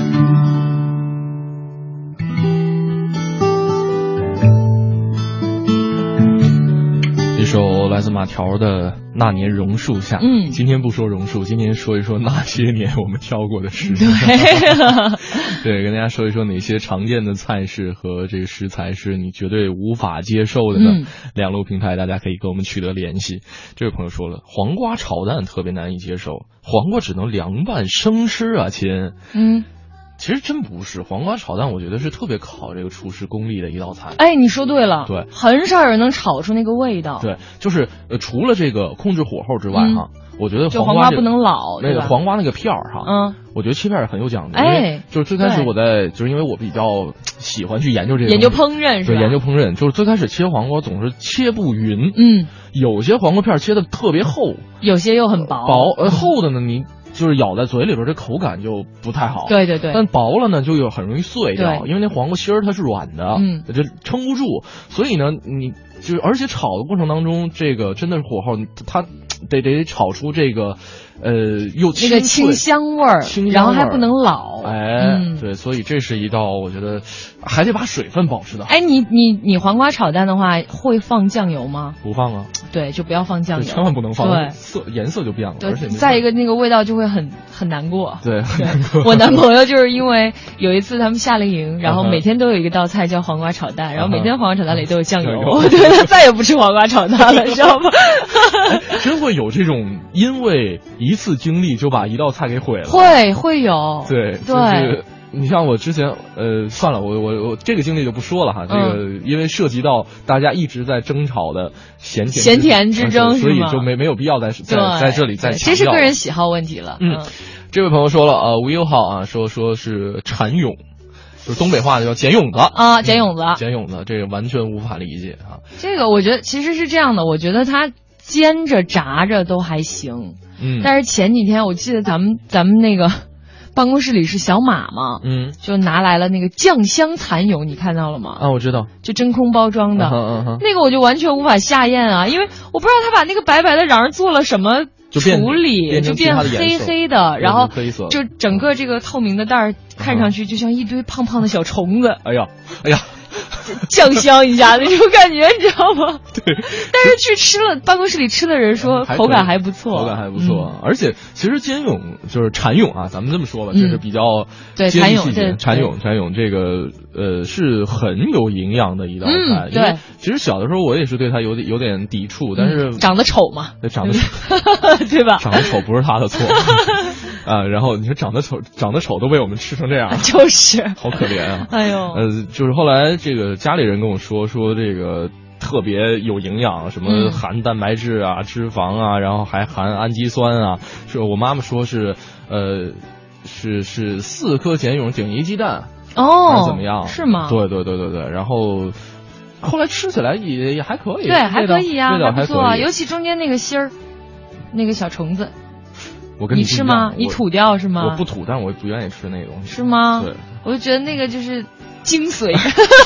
一首来自马条的《那年榕树下》。 嗯， 今天不说榕树，今天说一说那些年我们挑过的食材。 对， 对，跟大家说一说哪些常见的菜式和这个食材是你绝对无法接受的呢？ 嗯、 两路平台大家可以跟我们取得联系。这位朋友说了，黄瓜炒蛋特别难以接受，黄瓜只能凉拌生吃啊，亲。 嗯。 其实真不是，黄瓜炒蛋我觉得是特别考这个厨师功力的一道菜。 哎，你说对了， 对， 很少有人能炒出那个味道。 对，就是呃，除了这个控制火候之外哈，嗯、我觉得就黄瓜、 黄瓜不能老， 那个黄瓜那个片儿哈， 嗯， 我觉得切片很有讲究。 哎， 就是最开始我在，就是因为我比较喜欢去研究这个研究烹饪是吧？ 对，研究烹饪，就是最开始切黄瓜总是切不匀， 嗯， 有些黄瓜片切的特别厚， 有些又很薄， 薄呃厚的呢你。就是咬在嘴里边，这口感就不太好。 对对对， 但薄了呢，就有很容易碎掉，因为那黄瓜芯儿它是软的， 嗯， 这撑不住。所以呢，你就是而且炒的过程当中，这个真的是火候，它得得炒出这个，呃，又那个清香味儿，然后还不能老。 哎，嗯、对，所以这是一道我觉得还得把水分保持的好。 哎，你你你黄瓜炒蛋的话，会放酱油吗？ 不放啊。 对，就不要放酱油， 千万不能放， 对， 色颜色就变了。 对， 而且再一个那个味道就会很很难过。 对， 对我男朋友就是因为有一次他们夏令营，然后每天都有一个道菜叫黄瓜炒蛋，然后每天黄瓜炒蛋里都有酱油，对，他再也不吃黄瓜炒蛋了，知道吗？ 真会有这种因为一次经历就把一道菜给毁了， 会会有， 对对。 就是你像我之前，呃，算了，我我我这个经历就不说了哈。这个、嗯、因为涉及到大家一直在争吵的咸甜咸甜之争， 所以就没没有必要在在在这里再强调。 这是个人喜好问题了。 嗯，嗯这位朋友说了，呃，吴友浩啊，说说是蚕蛹，就是东北话叫剪蛹子啊，剪蛹子， 剪蛹子，这个完全无法理解啊。 这个我觉得其实是这样的，我觉得它煎着炸着都还行， 嗯， 但是前几天我记得咱们咱们那个。办公室里是小马嘛， 嗯， 就拿来了那个酱香蚕蛹，你看到了吗？ 啊，我知道， 就真空包装的， 嗯嗯嗯、 那个我就完全无法下咽啊，因为我不知道他把那个白白的瓤儿做了什么处理，就变黑黑的，然后就整个这个透明的袋儿看上去就像一堆胖胖的小虫子。 哎呀，哎呀。 酱香一下那种感觉，你知道吗？ 对。 但是去吃了，办公室里吃的人说口感还不错， 口感还不错。嗯、而且其实煎蛹就是蚕蛹啊，咱们这么说吧， 嗯、 这是比较对蚕蛹， 这蚕蛹蚕蛹这个呃是很有营养的一道菜。 嗯、对。 其实小的时候我也是对它有点有点抵触，但是、 嗯、长得丑嘛， 对长得丑， 对吧？ 长得丑不是他的错啊。然后你说长得丑，长得丑都被我们吃成这样， 就是好可怜啊。 哎呦， 呃，就是后来这个家里人跟我说说这个特别有营养，什么含蛋白质啊、嗯、脂肪啊，然后还含氨基酸啊。是我妈妈说是呃是是四颗茧蛹顶一鸡蛋哦， 还是怎么样？ 是吗？ 对对对对对，然后。后来吃起来也也还可以， 对，还可以呀、 啊， 还不错啊，尤其中间那个芯儿，那个小虫子， 我跟你吃吗？你吐掉是吗？ 我不吐，但是我不愿意吃那个东西。 是吗？ 对， 我就觉得那个就是精髓。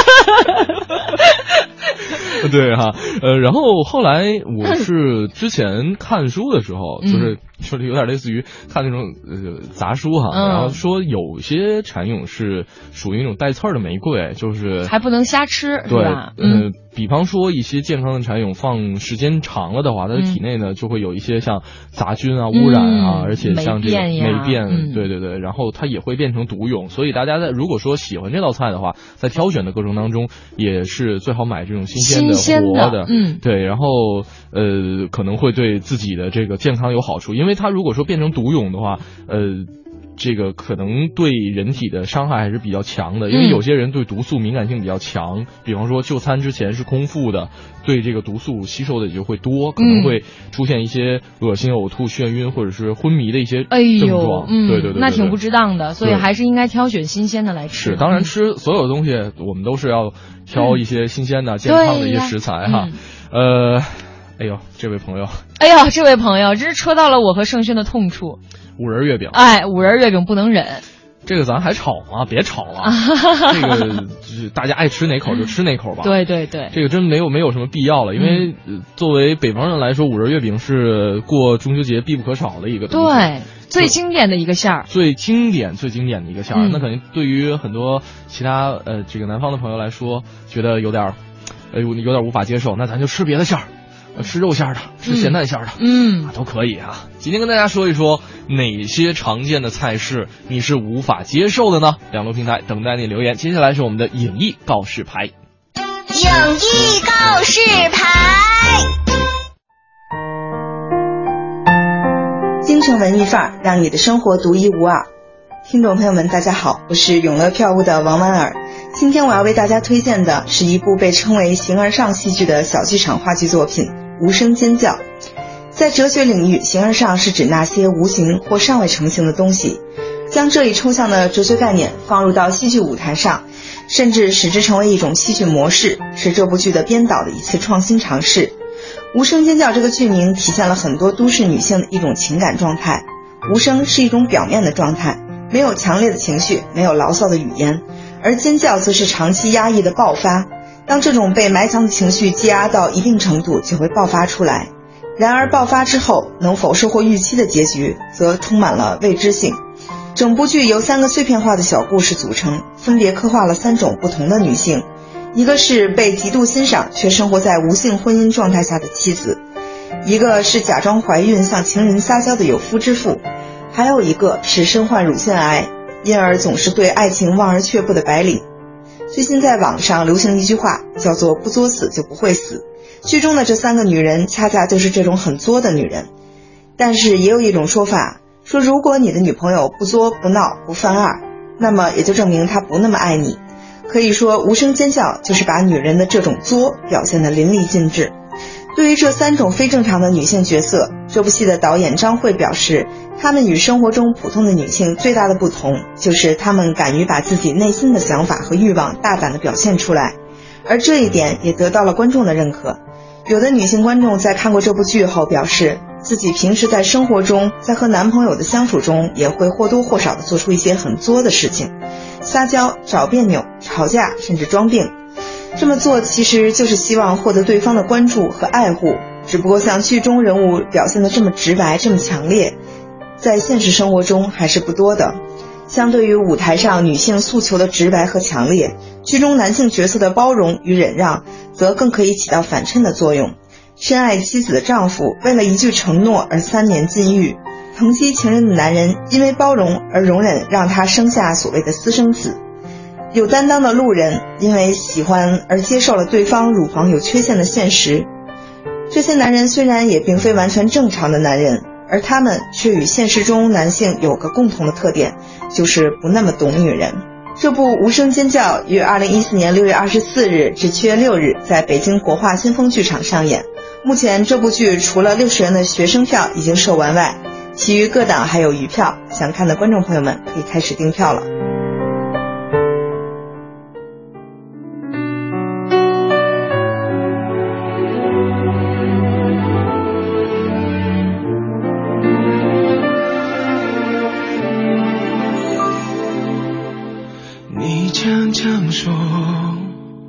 对哈，呃，然后后来我是之前看书的时候，嗯、就是就是有点类似于看那种呃杂书哈，嗯、然后说有些蚕蛹是属于那种带刺儿的玫瑰，就是还不能瞎吃， 对， 是吧？ 呃，嗯、比方说一些健康的蚕蛹放时间长了的话，它的体内呢就会有一些像杂菌啊、污染啊， 嗯、 而且像这个霉变， 嗯、 对对对，然后它也会变成毒蛹，所以大家在如果说喜欢这道菜的话，在挑选的过程当中也是最好买这种新鲜的。 新鲜活的， 嗯， 对，然后呃可能会对自己的这个健康有好处，因为它如果说变成毒蛹的话，呃，这个可能对人体的伤害还是比较强的，因为有些人对毒素敏感性比较强，嗯、比方说就餐之前是空腹的，对这个毒素吸收的也就会多，可能会出现一些恶心、呕吐、眩晕或者是昏迷的一些症状。 哎嗯、 对对 对, 对， 那挺不值当的，所以还是应该挑选新鲜的来吃。 是，当然吃所有的东西，我们都是要挑一些新鲜的、嗯、健康的一些食材哈。嗯、呃，哎呦，这位朋友， 哎呀，这位朋友，真是戳到了我和盛轩的痛处。 五仁月饼， 哎，五仁月饼不能忍。 这个咱还吵吗？别吵了，这个就是大家爱吃哪口就吃哪口吧。 对对对， 这个真没有没有什么必要了，因为、嗯、作为北方人来说，五仁月饼是过中秋节必不可少的一个东西。 对，最经典的一个馅儿， 最经典最经典的一个馅儿、嗯。那肯定对于很多其他呃这个南方的朋友来说，觉得有点呃有点无法接受，那咱就吃别的馅儿。吃肉馅的，吃咸蛋馅的， 嗯、 啊，都可以啊。今天跟大家说一说哪些常见的菜式你是无法接受的呢？两路平台等待你留言。接下来是我们的影艺告示牌。影艺告示牌。 京城文艺范儿，让你的生活独一无二。听众朋友们，大家好，我是永乐票务的王婉尔。今天我要为大家推荐的是一部被称为形而上戏剧的小剧场话剧作品《无声尖叫》。在哲学领域，形而上是指那些无形或尚未成型的东西，将这一抽象的哲学概念放入到戏剧舞台上，甚至使之成为一种戏剧模式，是这部剧的编导的一次创新尝试。无声尖叫这个剧名体现了很多都市女性的一种情感状态。无声是一种表面的状态，没有强烈的情绪，没有牢骚的语言，而尖叫则是长期压抑的爆发。当这种被埋藏的情绪积压到一定程度，就会爆发出来。然而爆发之后能否收获预期的结局，则充满了未知性。整部剧由三个碎片化的小故事组成，分别刻画了三种不同的女性。一个是被极度欣赏却生活在无性婚姻状态下的妻子，一个是假装怀孕向情人撒娇的有夫之妇，还有一个是身患乳腺癌因而总是对爱情望而却步的白领。最近在网上流行一句话，叫做不作死就不会死。剧中的这三个女人恰恰就是这种很作的女人。但是也有一种说法，说如果你的女朋友不作不闹不犯二，那么也就证明她不那么爱你。可以说无声尖叫就是把女人的这种作表现得淋漓尽致。对于这三种非正常的女性角色，这部戏的导演张慧表示，她们与生活中普通的女性最大的不同，就是她们敢于把自己内心的想法和欲望大胆地表现出来，而这一点也得到了观众的认可。有的女性观众在看过这部剧后表示，自己平时在生活中，在和男朋友的相处中，也会或多或少地做出一些很作的事情，撒娇、找别扭、吵架，甚至装病。这么做其实就是希望获得对方的关注和爱护，只不过像剧中人物表现得这么直白，这么强烈，在现实生活中还是不多的。相对于舞台上女性诉求的直白和强烈，剧中男性角色的包容与忍让则更可以起到反衬的作用。深爱妻子的丈夫为了一句承诺而三年禁欲，疼惜情人的男人因为包容而容忍让他生下所谓的私生子。有担当的路人因为喜欢而接受了对方乳房有缺陷的现实。这些男人虽然也并非完全正常的男人，而他们却与现实中男性有个共同的特点，就是不那么懂女人。这部无声尖叫于二零一四年六月二十四日至七月六日在北京国画新风剧场上演。目前这部剧除了六十元的学生票已经售完外，其余各档还有余票，想看的观众朋友们可以开始订票了。 你常常说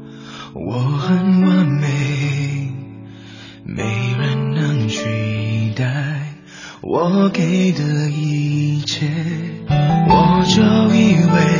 我给的一切，我就以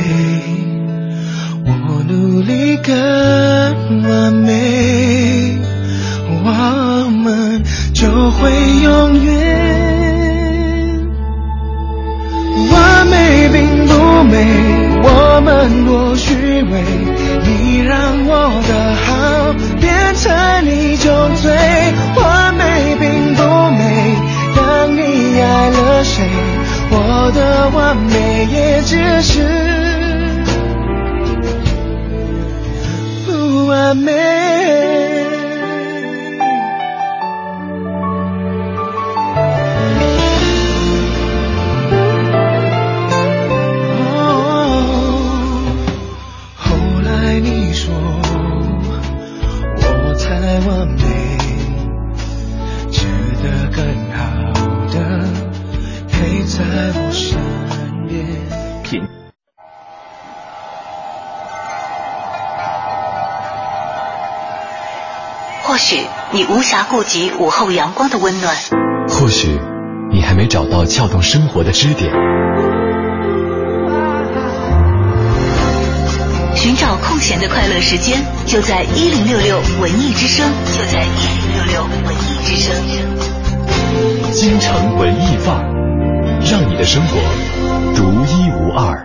为我努力更完美，我们就会永远。完美并不美，我们多虚伪，你让我的好变成一种罪。完美并不美，当你爱了谁，我的完美也只是不完美。完美，值得更好的陪在我身边。品。 或许你无暇顾及午后阳光的温暖， 或许你还没找到撬动生活的支点。 寻找空闲的快乐时间，就在一零六六文艺之声，就在一零六六文艺之声。 京城文艺范儿，让你的生活独一无二。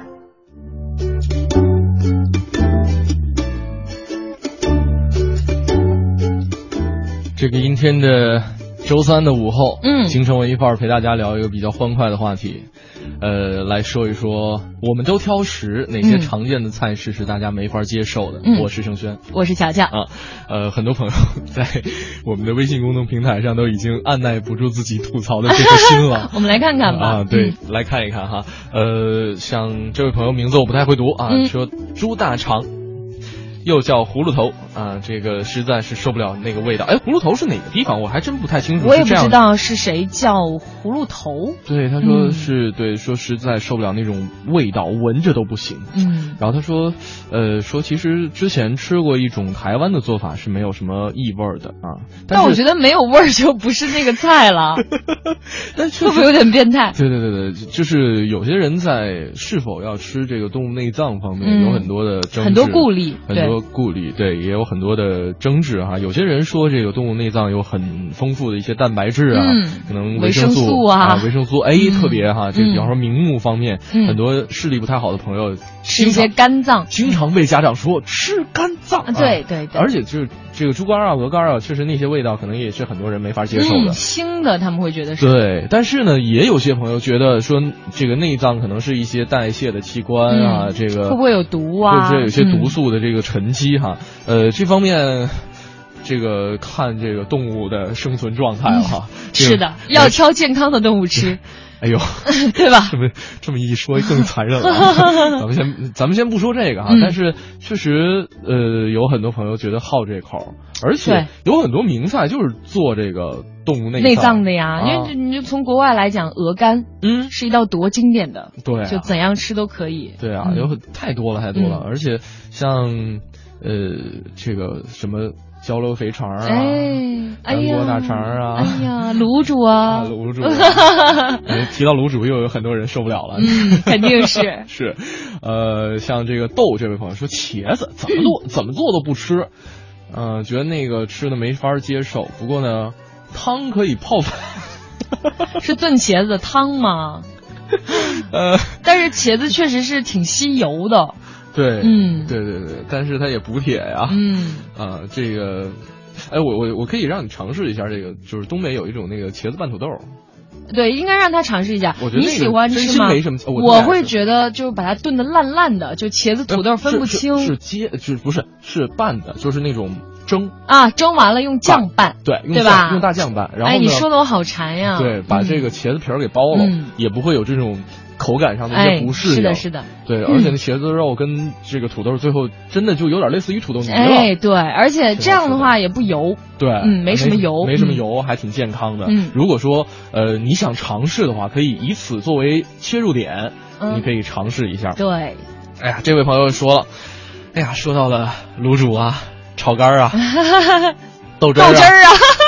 这个阴天的周三的午后， 嗯， 京城文艺范儿陪大家聊一个比较欢快的话题。呃，来说一说我们都挑食，哪些常见的菜式是大家没法接受的？ 嗯、 我是盛轩， 我是乔乔啊。呃，很多朋友在我们的微信公众平台上都已经按耐不住自己吐槽的这颗心了。 我们来看看吧。 啊，对，嗯、来看一看哈。呃，像这位朋友名字我不太会读啊，嗯、说猪大肠。又叫葫芦头啊，这个实在是受不了那个味道。哎，葫芦头是哪个地方？我还真不太清楚。 我也不知道是谁叫葫芦头。 对，他说是、嗯、对，说实在受不了那种味道，闻着都不行。 嗯， 然后他说，呃，说其实之前吃过一种台湾的做法是没有什么异味的啊。但, 但我觉得没有味儿就不是那个菜了。 但会不会有点变态？ 对对对对，就是有些人在是否要吃这个动物内脏方面、嗯、有很多的争执， 很多顾虑， 很多。顾虑，对，也有很多的争执哈。有些人说这个动物内脏有很丰富的一些蛋白质啊， 嗯、 可能维生素啊， 维生素 A、嗯、特别哈。这个比方说明目方面， 嗯、 很多视力不太好的朋友吃一些肝脏， 经常被家长说吃肝脏、啊。 对对对， 而且就是这个猪肝啊、鹅肝啊，确实那些味道可能也是很多人没法接受的。 嗯、腥的他们会觉得是。 对，但是呢，也有些朋友觉得说这个内脏可能是一些代谢的器官啊， 嗯、 这个会不会有毒啊？ 会不会有些毒素的这个沉积哈？嗯、呃，这方面。这个看这个动物的生存状态了哈、 嗯，是的，要挑健康的动物吃。 哎呦， 对吧？ 这么这么一说更残忍了。咱们先咱们先不说这个哈、嗯，但是确实呃有很多朋友觉得好这口，而且有很多名菜就是做这个动物内内脏的呀。 啊、 因为你就从国外来讲，鹅肝嗯是一道多经典的， 对、啊， 就怎样吃都可以。 对啊，有太多了太多了，嗯、而且像呃这个什么。焦溜肥肠啊， 哎， 韩国大肠啊， 哎呀，卤煮啊， 卤煮、啊哎。提到卤煮，又有很多人受不了了。 嗯，肯定是是，呃，像这个豆这位朋友说，茄子怎么做怎么做都不吃，呃，觉得那个吃的没法接受。不过呢，汤可以泡饭。 是炖茄子的汤吗？ 呃， 但是茄子确实是挺吸油的。 对， 嗯， 对对对，但是它也补铁呀， 嗯， 啊，这个，哎，我我我可以让你尝试一下这个，就是东北有一种那个茄子拌土豆， 对，应该让他尝试一下。 我觉得你喜欢吃吗？ 没什么，我, 我会觉得就是把它炖得烂烂的，就茄子土豆分不清。 是接，就是不是是拌的，就是那种蒸啊，蒸完了用酱拌， 对，用对吧？ 用大酱拌，然后哎，你说的我好馋呀。 对，把这个茄子皮儿给剥了， 嗯、 也不会有这种。口感上的一些不适应、 哎、是的，是的， 对，而且那茄子肉跟这个土豆最后真的就有点类似于土豆泥了。 哎，对，而且这样的话也不油， 对， 嗯，没什么油， 没什么油，还挺健康的。 嗯， 如果说呃你想尝试的话，可以以此作为切入点， 嗯、 你可以尝试一下。 对， 哎呀，这位朋友说了，哎呀，说到了卤煮啊、炒肝啊、豆汁儿啊。 豆汁儿啊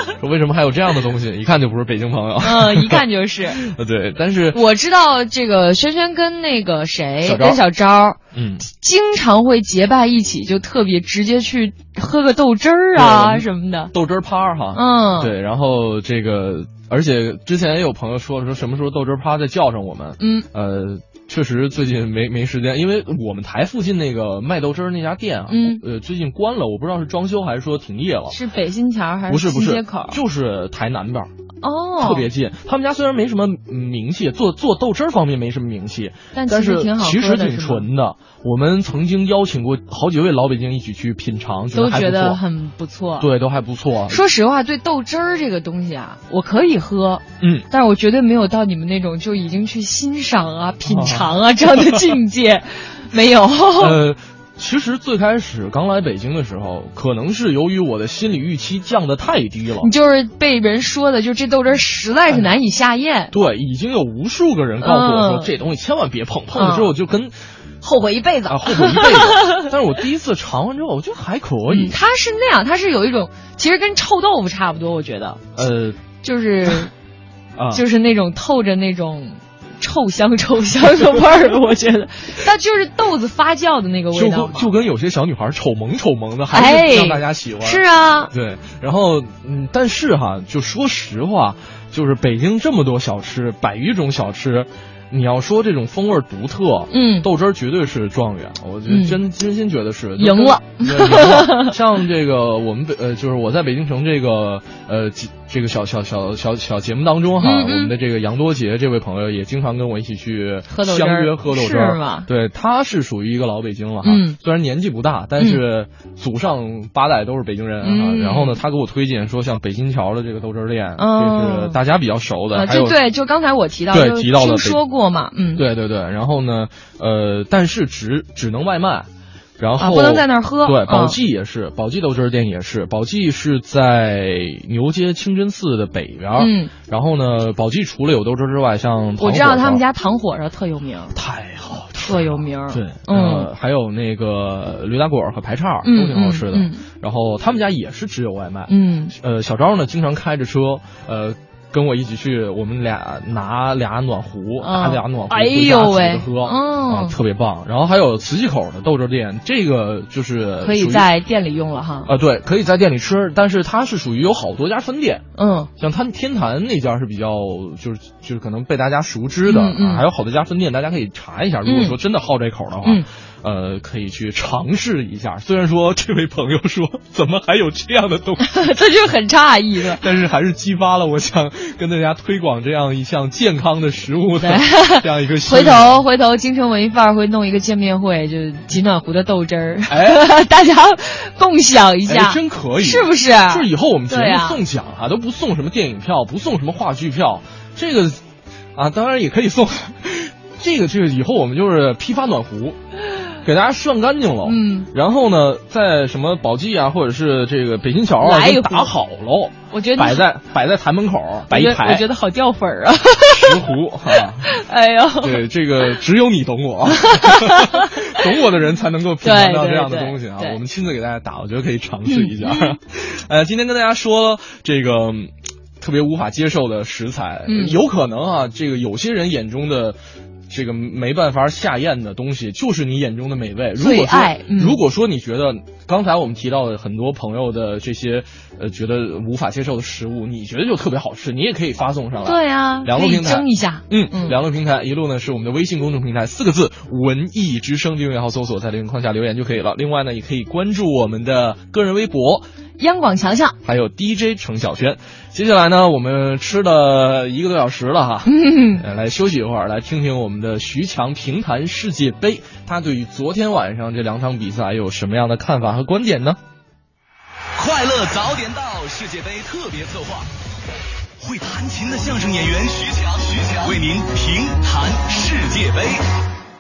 说为什么还有这样的东西？一看就不是北京朋友。 嗯，一看就是。 对，但是我知道这个轩轩跟那个谁，跟小昭， 嗯， 经常会结拜一起，就特别直接去喝个豆汁儿啊什么的。 豆汁儿趴哈， 嗯， 对，然后这个，而且之前也有朋友说说什么时候豆汁儿趴再叫上我们， 嗯， 呃。确实最近没没时间，因为我们台附近那个卖豆汁儿那家店啊， 嗯， 呃，最近关了，我不知道是装修还是说停业了。 是北新桥还是？不是不是， 新街口， 就是台南边。 哦， 特别近。他们家虽然没什么名气，做做豆汁儿方面没什么名气， 但但是挺好其实挺纯的。我们曾经邀请过好几位老北京一起去品尝， 都觉得很不错。 对，都还不错。 说实话，对豆汁儿这个东西啊，我可以喝， 嗯， 但是我绝对没有到你们那种就已经去欣赏啊、品尝啊这样的境界，没有。 呃。其实最开始刚来北京的时候，可能是由于我的心理预期降得太低了， 你就是被人说的，就这豆汁实在是难以下咽。 哎、对，已经有无数个人告诉我说、嗯、这东西千万别碰，碰了之后就跟、嗯、 后悔一辈子啊，后悔一辈子。但是我第一次尝完之后，我觉得还可以。 嗯、它是那样，它是有一种，其实跟臭豆腐差不多，我觉得。 呃， 就是， 啊， 就是那种透着那种。臭香臭香的味儿，我觉得，但就是豆子发酵的那个味道就，就跟有些小女孩丑萌丑萌的，还是让大家喜欢。 哎、是啊， 对。然后，嗯，但是哈，就说实话，就是北京这么多小吃，百余种小吃。你要说这种风味独特， 嗯， 豆汁儿绝对是状元，我觉得真、嗯、真心觉得是赢了， 赢了。像这个我们北呃，就是我在北京城这个呃这个小小小小小节目当中哈， 嗯嗯我们的这个杨多杰这位朋友也经常跟我一起去喝豆汁相约喝豆汁儿， 是吗？ 对，他是属于一个老北京了哈， 嗯， 虽然年纪不大，但是祖上八代都是北京人哈、 嗯。 然后呢，他给我推荐说，像北新桥的这个豆汁儿店， 嗯、 这是大家比较熟的， 啊、 还有对，就刚才我提到对提到的听说过嘛，嗯， 对。对对，然后呢，呃，但是只只能外卖，然后、 啊、不能在那儿喝。 对，宝记也是，宝记豆汁儿店也是，宝记是在牛街清真寺的北边。 嗯， 然后呢，宝记除了有豆汁儿之外，像我知道他们家糖火烧特有名， 太好吃， 特有名。 对， 嗯， 呃、还有那个驴打滚和排叉、 嗯、 都挺好吃的、 嗯嗯。 然后他们家也是只有外卖。 嗯， 呃，小张呢经常开着车，呃。跟我一起去，我们俩拿俩暖壶，拿俩暖壶哎呦喂， 喝， 嗯、 啊，特别棒。然后还有磁器口的豆汁店，这个就是可以在店里用了哈。 啊，对，可以在店里吃，但是它是属于有好多家分店。 嗯， 像它天坛那家是比较，就是就是可能被大家熟知的， 嗯嗯、 还有好多家分店，大家可以查一下。如果说真的好这口的话。 嗯呃，可以去尝试一下。虽然说这位朋友说，怎么还有这样的东西， 这就很诧异了。 但是还是激发了我想跟大家推广这样一项健康的食物的这样一个。 回头回头，京城文艺范儿会弄一个见面会，就几暖壶的豆汁儿， 哎， 大家共享一下， 哎、真可以， 是不是？ 就是以后我们节目送奖啊，啊都不送什么电影票，不送什么话剧票，这个啊，当然也可以送。这个这个以后我们就是批发暖壶。给大家涮干净了， 嗯， 然后呢，在什么宝记啊，或者是这个北新桥啊，都打好了， 我觉得摆在摆在台门口，摆一排， 我觉得好掉粉啊， 十壶哈， 哎呦， 对，这个只有你懂我，懂我的人才能够品尝到这样的东西啊。我们亲自给大家打，我觉得可以尝试一下。 嗯、 呃，今天跟大家说这个特别无法接受的食材， 嗯、 有可能啊，这个有些人眼中的。这个没办法下咽的东西，就是你眼中的美味。如果说、 嗯、 如果说你觉得刚才我们提到的很多朋友的这些呃觉得无法接受的食物，你觉得就特别好吃，你也可以发送上来。 对啊， 两路平台争一下。 嗯嗯，两路平台，一路呢是我们的微信公众平台，四个字文艺之声订阅号搜索，在留言框下留言就可以了。另外呢，也可以关注我们的个人微博央广强强， 还有 D J 程小轩。接下来呢，我们吃了一个多小时了哈， 嗯， 来休息一会儿，来听听我们的徐强评弹世界杯，他对于昨天晚上这两场比赛有什么样的看法和观点呢？ 快乐早点到世界杯特别策划，会弹琴的相声演员徐强，徐强为您评弹世界杯。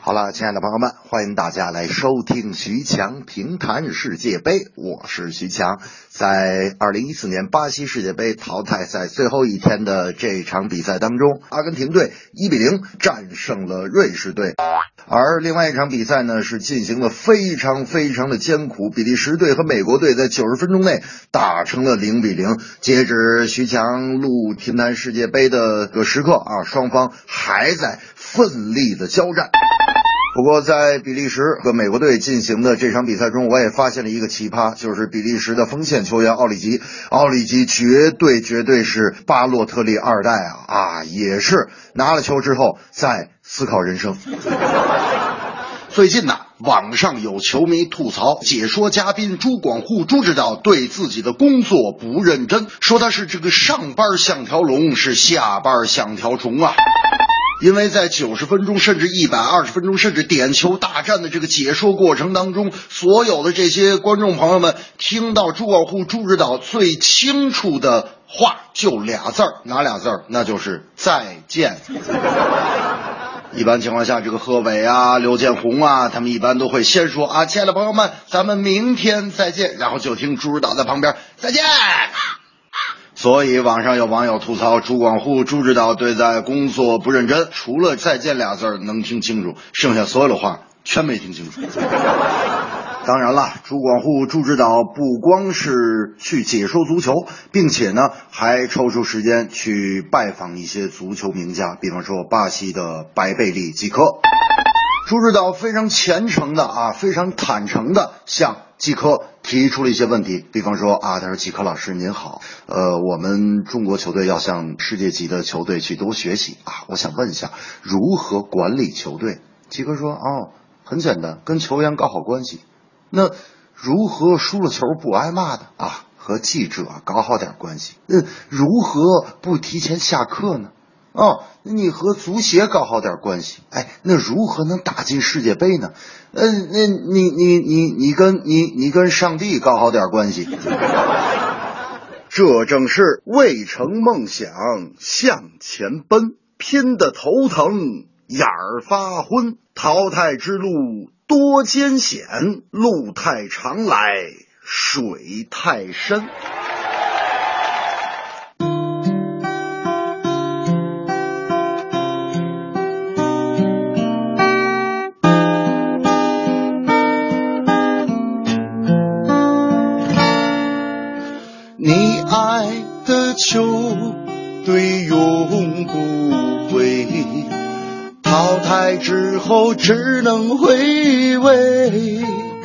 好了，亲爱的朋友们，欢迎大家来收听徐强评谈世界杯，我是徐强。在二零一四年巴西世界杯淘汰赛最后一天的这场比赛当中，阿根廷队一比零战胜了瑞士队。而另外一场比赛呢，是进行了非常非常的艰苦，比利时队和美国队在九十分钟内打成了零比零。截止徐强录评谈世界杯的个时刻啊，双方还在奋力的交战。不过在比利时和美国队进行的这场比赛中，我也发现了一个奇葩，就是比利时的锋线球员奥里吉。奥里吉绝对绝对是巴洛特利二代啊啊，也是拿了球之后在思考人生。最近呢，网上有球迷吐槽解说嘉宾朱广沪朱指导对自己的工作不认真，说他是这个上班像条龙，是下班像条虫啊。因为在九十分钟甚至一百二十分钟甚至点球大战的这个解说过程当中，所有的这些观众朋友们听到朱广沪朱指导最清楚的话就俩字儿，哪俩字儿？那就是再见。一般情况下，这个贺炜啊、刘建宏啊，他们一般都会先说啊，亲爱的朋友们，咱们明天再见，然后就听朱指导在旁边再见。所以网上有网友吐槽朱广沪朱指导对待工作不认真，除了再见俩字能听清楚，剩下所有的话全没听清楚。当然了，朱广沪朱指导不光是去解说足球，并且呢还抽出时间去拜访一些足球名家，比方说巴西的白贝利季科。朱指导非常虔诚的啊，非常坦诚的向季科提出了一些问题，比方说啊，他说季科老师您好，呃，我们中国球队要向世界级的球队去多学习啊，我想问一下如何管理球队。季科说哦，很简单，跟球员搞好关系。那如何输了球不挨骂的啊？和记者搞好点关系。那如何不提前下课呢？哦，那你和足协搞好点关系。哎，那如何能打进世界杯呢？嗯、呃，那你你你你跟你你跟上帝搞好点关系。这正是未成梦想向前奔，拼得头疼眼儿发昏，淘汰之路多艰险，路太长来水太深。你爱的球队永不会淘汰之后只能回味，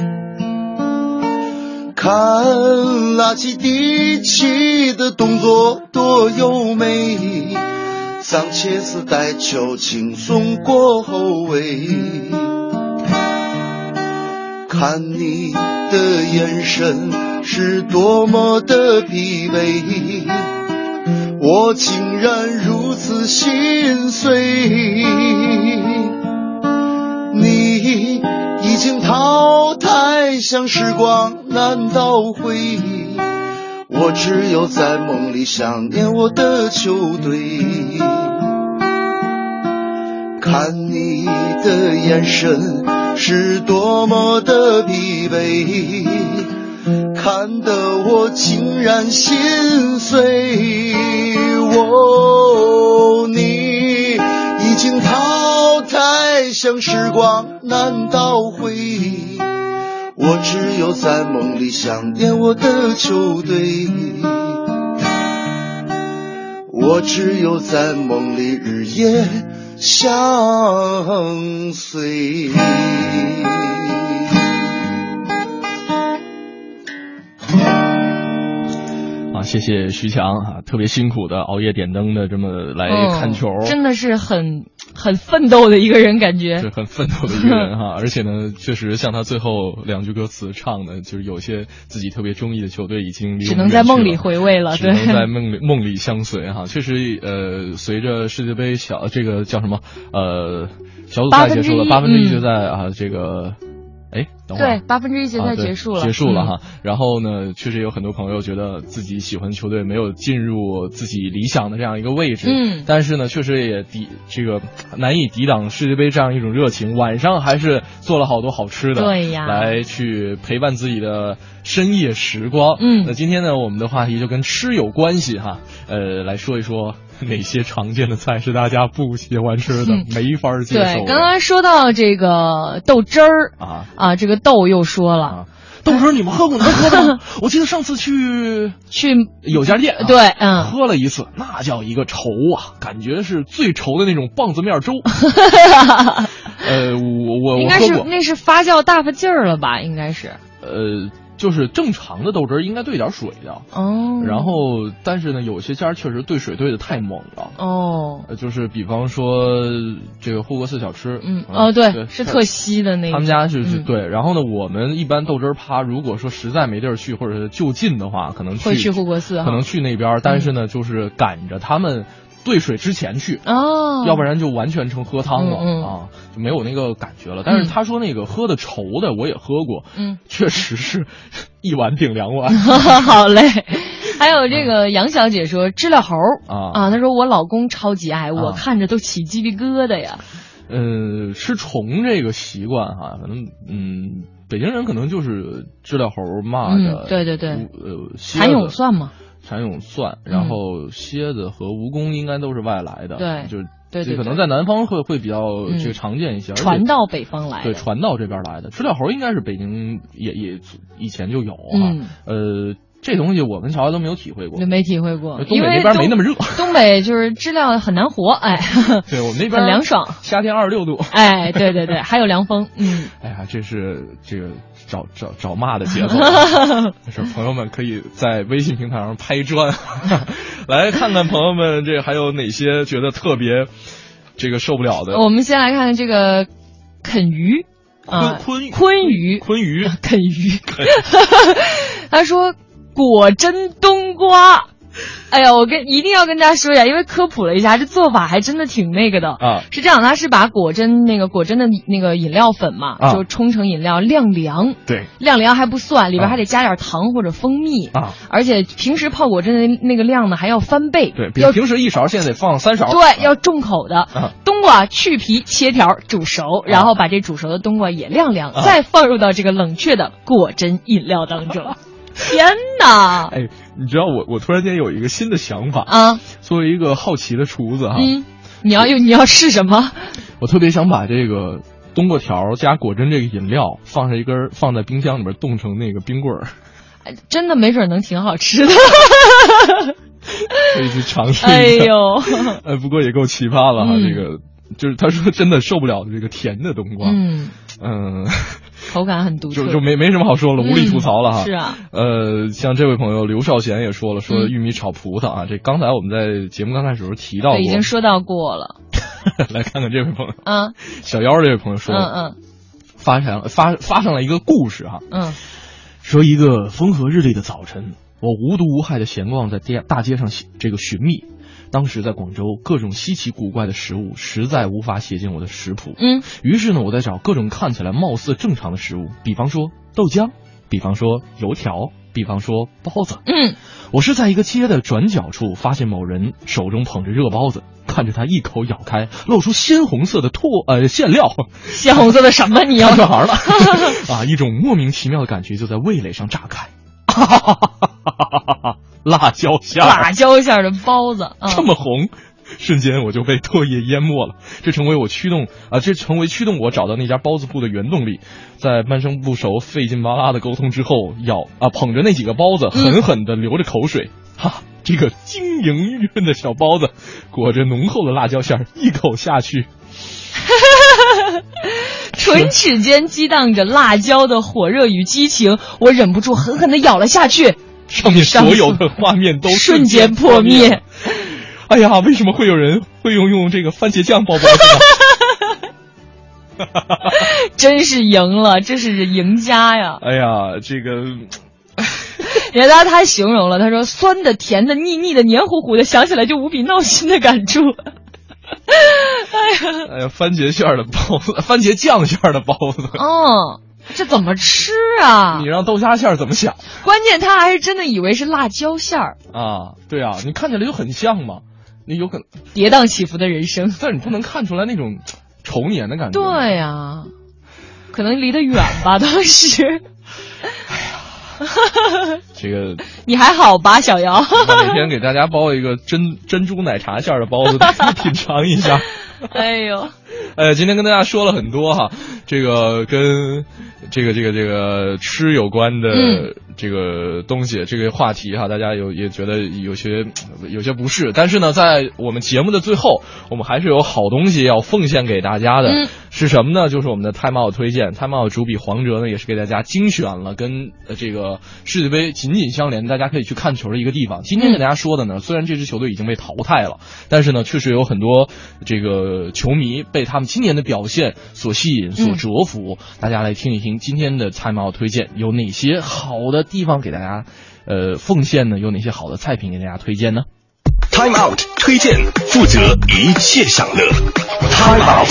看拉基蒂奇的动作多优美，桑切斯带球轻松过后卫，看你的眼神是多么的疲惫，我竟然如此心碎。你已经淘汰，像时光难倒回，我只有在梦里想念我的球队。看你的眼神是多么的疲惫，看得我竟然心碎。哦，你已经淘汰，像时光难倒回，我只有在梦里想念我的球队，我只有在梦里日夜相随。 谢谢徐强啊，特别辛苦的熬夜点灯的这么来看球、 哦、真的是很很奋斗的一个人，感觉是很奋斗的一个人哈。而且呢，确实像他最后两句歌词唱的，就是有些自己特别中意的球队已经离我们远去了， 只能在梦里回味了， 只能在梦里梦里相随哈。确实，呃，随着世界杯小这个叫什么呃小组赛结束了，八分之一就在、嗯、啊这个。哎， 等会儿对，八分之一决赛结束了， 啊、结束了哈、嗯。然后呢，确实有很多朋友觉得自己喜欢的球队没有进入自己理想的这样一个位置， 嗯， 但是呢，确实也抵这个难以抵挡世界杯这样一种热情。晚上还是做了好多好吃的， 对呀， 来去陪伴自己的深夜时光。 嗯， 那今天呢，我们的话题就跟吃有关系哈，呃，来说一说哪些常见的菜是大家不喜欢吃的，嗯、没法接受的。 对，刚刚说到这个豆汁儿啊啊，这个豆又说了。 啊豆汁儿你们喝过能喝的吗？我记得上次去去有家店、啊， 对，嗯， 喝了一次，那叫一个稠啊，感觉是最稠的那种棒子面粥。呃，我我应该是那是发酵大发劲儿了吧？应该是。 呃。就是正常的豆汁儿应该兑点水的哦， 然后但是呢，有些家确实兑水兑的太猛了哦， 就是比方说这个护国寺小吃， 嗯哦对，对是特稀的那个， 他们家就是、嗯、对，然后呢，我们一般豆汁儿趴，如果说实在没地儿去或者是就近的话，可能去会去护国寺， 可能去那边，但是呢，就是赶着他们兑水之前去哦， 要不然就完全成喝汤了、 嗯嗯、 啊，就没有那个感觉了。但是他说那个喝的稠的我也喝过， 嗯， 确实是一碗顶两碗。 好嘞。还有这个杨小姐说知了猴啊啊，她说我老公超级爱，我看着都起鸡皮疙瘩呀。 呃，吃虫这个习惯哈，可能嗯，北京人可能就是知了猴、蚂蚱、 嗯，对对对， 呃， 蚕蛹算吗？ 蚕蛹算，然后蝎子和蜈蚣应该都是外来的， 对， 就对对， 可能在南方会会比较这个常见一些， 传到北方来， 对，传到这边来的。知了猴应该是北京也也以前就有哈， 嗯、 呃。这东西我跟乔乔都没有体会过， 没体会过， 东北那边没那么热。 东北就是知了很难活，哎， 对我们那边很凉爽， 夏天二十六度， 哎，对对对，还有凉风，嗯， 哎呀，这是这个找找找骂的节奏，是朋友们可以在微信平台上拍砖，来看看朋友们这还有哪些觉得特别这个受不了的。 我们先来看看这个啃鱼。 昆昆昆鱼， 昆鱼， 啃鱼。他说果真冬瓜。哎呀，我跟一定要跟大家说一下，因为科普了一下，这做法还真的挺那个的啊。 是这样，它是把果真那个果真的那个饮料粉嘛， 啊、 就冲成饮料晾凉。 对， 晾凉还不算，里边还得加点糖或者蜂蜜啊。 而且平时泡果真的那个量呢还要翻倍。 对，比平时一勺现在得放三勺。 对，啊、要重口的。 啊、 冬瓜去皮切条煮熟，然后把这煮熟的冬瓜也晾凉， 啊、 再放入到这个冷却的果真饮料当中。天哪！ 哎，你知道我我突然间有一个新的想法啊！ 作为一个好奇的厨子哈， 嗯，你要你要试什么？ 我特别想把这个冬瓜条加果真这个饮料放上一根，放在冰箱里边冻成那个冰棍儿。 真的没准能挺好吃的。 可以去尝试一下。 哎呦， 呃，不过也够奇葩了哈， 嗯、 这个就是他说真的受不了这个甜的冬瓜。 嗯嗯。 口感很独特， 就就没没什么好说了，无力吐槽了哈。 嗯、是啊， 呃，像这位朋友刘少贤也说了，说玉米炒葡萄啊，嗯、这刚才我们在节目刚开始时候提到过， 已经说到过了。 来看看这位朋友， 嗯， 小妖这位朋友说， 嗯嗯， 发上发发上了一个故事哈， 嗯， 说一个风和日丽的早晨，我无毒无害的闲逛在大街上这个寻觅。当时在广州，各种稀奇古怪的食物实在无法写进我的食谱。 嗯， 于是呢，我在找各种看起来貌似正常的食物，比方说豆浆，比方说油条，比方说包子。 嗯， 我是在一个街的转角处发现某人手中捧着热包子，看着他一口咬开，露出鲜红色的唾呃馅料。 鲜红色的什么？你要看孩了啊！一种莫名其妙的感觉就在味蕾上炸开。辣椒馅辣椒馅的包子、 嗯、这么红，瞬间我就被唾液淹没了。这成为我驱动啊，这成为驱动我找到那家包子铺的原动力。在半生不熟、费劲巴拉的沟通之后，咬啊捧着那几个包子，狠狠地流着口水。嗯、哈，这个晶莹玉润的小包子，裹着浓厚的辣椒馅，一口下去， 唇齿间激荡着辣椒的火热与激情，我忍不住狠狠地咬了下去。 上面所有的画面都瞬间破灭。 哎呀，为什么会有人会用用这个番茄酱包包子呢？真是赢了，这是赢家呀！ 哎呀，这个， 人家他形容了，他说酸的、甜的、腻腻的、黏糊糊的，想起来就无比闹心的感触。 哎呀，哎呀，番茄馅的包子，番茄酱馅的包子。 哦。 这怎么吃啊？ 你让豆虾馅儿怎么想？ 关键他还是真的以为是辣椒馅儿啊！对啊，你看起来就很像嘛，你有可能跌宕起伏的人生， 但是你不能看出来那种稠黏的感觉。 对呀、啊，可能离得远吧，当时。 哎呀，这个你还好吧，小姚？ 每天给大家包一个珍珍珠奶茶馅的包子，品尝一下。 哎呦， 呃，今天跟大家说了很多哈，这个跟这个这个这个吃有关的这个东西，嗯、这个话题哈，大家有也觉得有些有些不适，但是呢，在我们节目的最后，我们还是有好东西要奉献给大家的， 嗯、 是什么呢？就是我们的 Time Out 推荐 ，Time Out 主笔黄哲呢，也是给大家精选了跟这个世界杯紧紧相连，大家可以去看球的一个地方。今天给大家说的呢，嗯、虽然这支球队已经被淘汰了，但是呢，确实有很多这个。球迷被他们今年的表现所吸引、所折服，嗯、大家来听一听今天的 Time Out 推荐有哪些好的地方给大家呃奉献呢？有哪些好的菜品给大家推荐呢 ？Time Out 推荐，负责一切享乐。Time Out。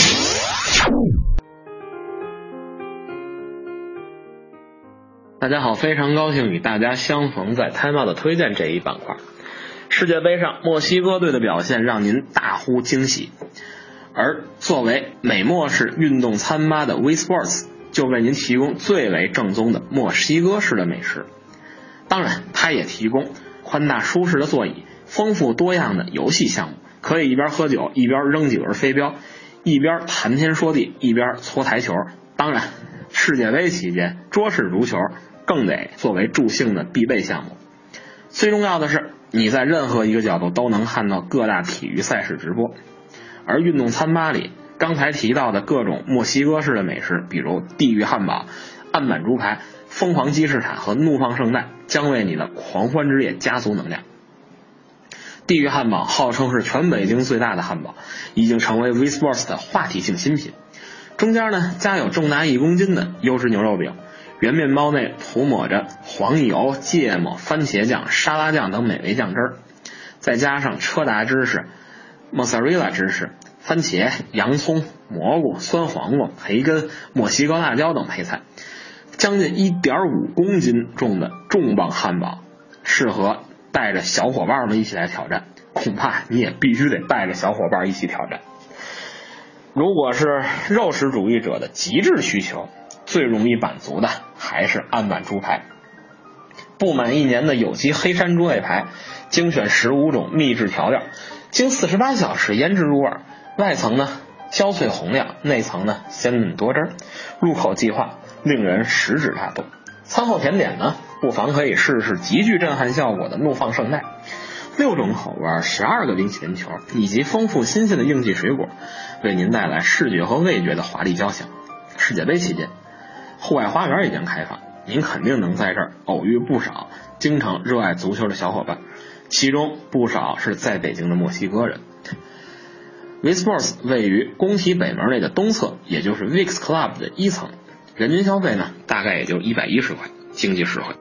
大家好，非常高兴与大家相逢在 Time Out 推荐这一板块。世界杯上，墨西哥队的表现让您大呼惊喜。而作为美墨式运动餐吧的 We Sports 就为您提供最为正宗的墨西哥式的美食，当然它也提供宽大舒适的座椅，丰富多样的游戏项目，可以一边喝酒一边扔几轮飞镖，一边谈天说地一边搓台球。当然世界杯期间桌式足球更得作为助兴的必备项目。最重要的是你在任何一个角度都能看到各大体育赛事直播。而运动餐吧里刚才提到的各种墨西哥式的美食，比如地狱汉堡、案板猪排、疯狂鸡翅塔和怒放圣代，将为你的狂欢之夜加足能量。地狱汉堡号称是全北京最大的汉堡，已经成为 We Sports 的话题性新品。中间呢加有重达一公斤的优质牛肉饼，原面包内涂抹着黄油、芥末、番茄酱、沙拉酱等美味酱汁儿，再加上车达芝士、莫萨瑞拉芝士、番茄、洋葱、蘑菇、酸黄瓜、培根、墨西哥辣椒等配菜，将近 一点五公斤重的重磅汉堡，适合带着小伙伴们一起来挑战，恐怕你也必须得带着小伙伴一起挑战。如果是肉食主义者的极致需求，最容易满足的还是案板猪排。不满一年的有机黑山猪肋排，精选十五种秘制调料，经四十八小时腌制入味，外层呢焦脆红亮，内层呢鲜嫩多汁，入口即化，令人食指大动。餐后甜点呢，不妨可以试试极具震撼效果的怒放圣代，六种口味、十二个冰淇淋球以及丰富新鲜的应季水果，为您带来视觉和味觉的华丽交响。世界杯期间，户外花园已经开放，您肯定能在这儿偶遇不少经常热爱足球的小伙伴，其中不少是在北京的墨西哥人。We Sports 位于工体北门内的东侧，也就是 V I X Club 的一层，人均消费呢大概也就一百一十块，经济实惠。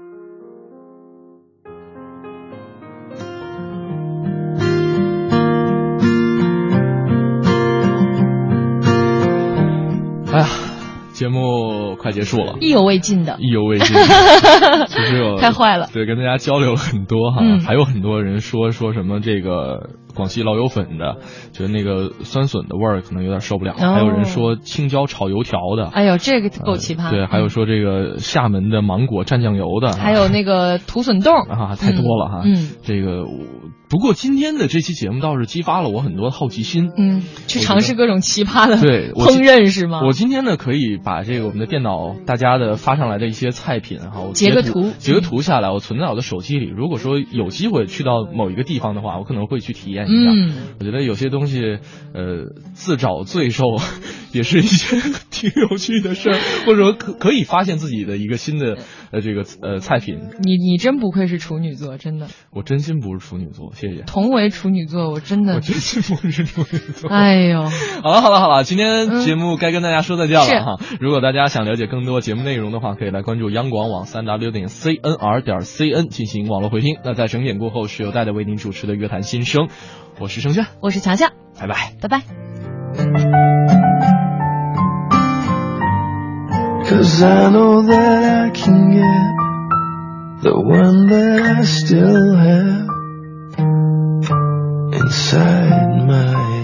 哎呀，节目快结束了， 意犹未尽的， 意犹未尽。其实有太坏了， 对，跟大家交流了很多哈， 嗯、 还有很多人说说什么这个广西老友粉的，觉得那个酸笋的味儿可能有点受不了，哦、还有人说青椒炒油条的， 哎呦，这个够奇葩。 呃、对，还有说这个厦门的芒果蘸酱油的， 还有那个土笋冻啊，太多了哈。 嗯， 这个不过今天的这期节目倒是激发了我很多好奇心， 嗯，去尝试各种奇葩的对烹饪是吗？ 我今天呢可以把这个我们的电脑大家的发上来的一些菜品哈，我截个图， 截个图下来，我存在我的手机里。如果说有机会去到某一个地方的话，我可能会去体验一下。 嗯， 我觉得有些东西，呃，自找罪受，也是一件挺有趣的事儿，或者说可可以发现自己的一个新的呃这个呃菜品。 你你真不愧是处女座，真的。 我真心不是处女座，谢谢。 同为处女座，我真的。 我真心不是处女座。 哎呦， 好了好了好了，今天节目该跟大家说再见了哈。 嗯、 如果大家想了解更多节目内容的话，可以来关注央广网三 w 点 c n r 点 c n 进行网络回听。那在整点过后是由戴戴为您主持的乐坛新生，我是盛轩， 我是强强， 拜拜， 拜拜。 'Cause I know that I can get the one that I still have inside my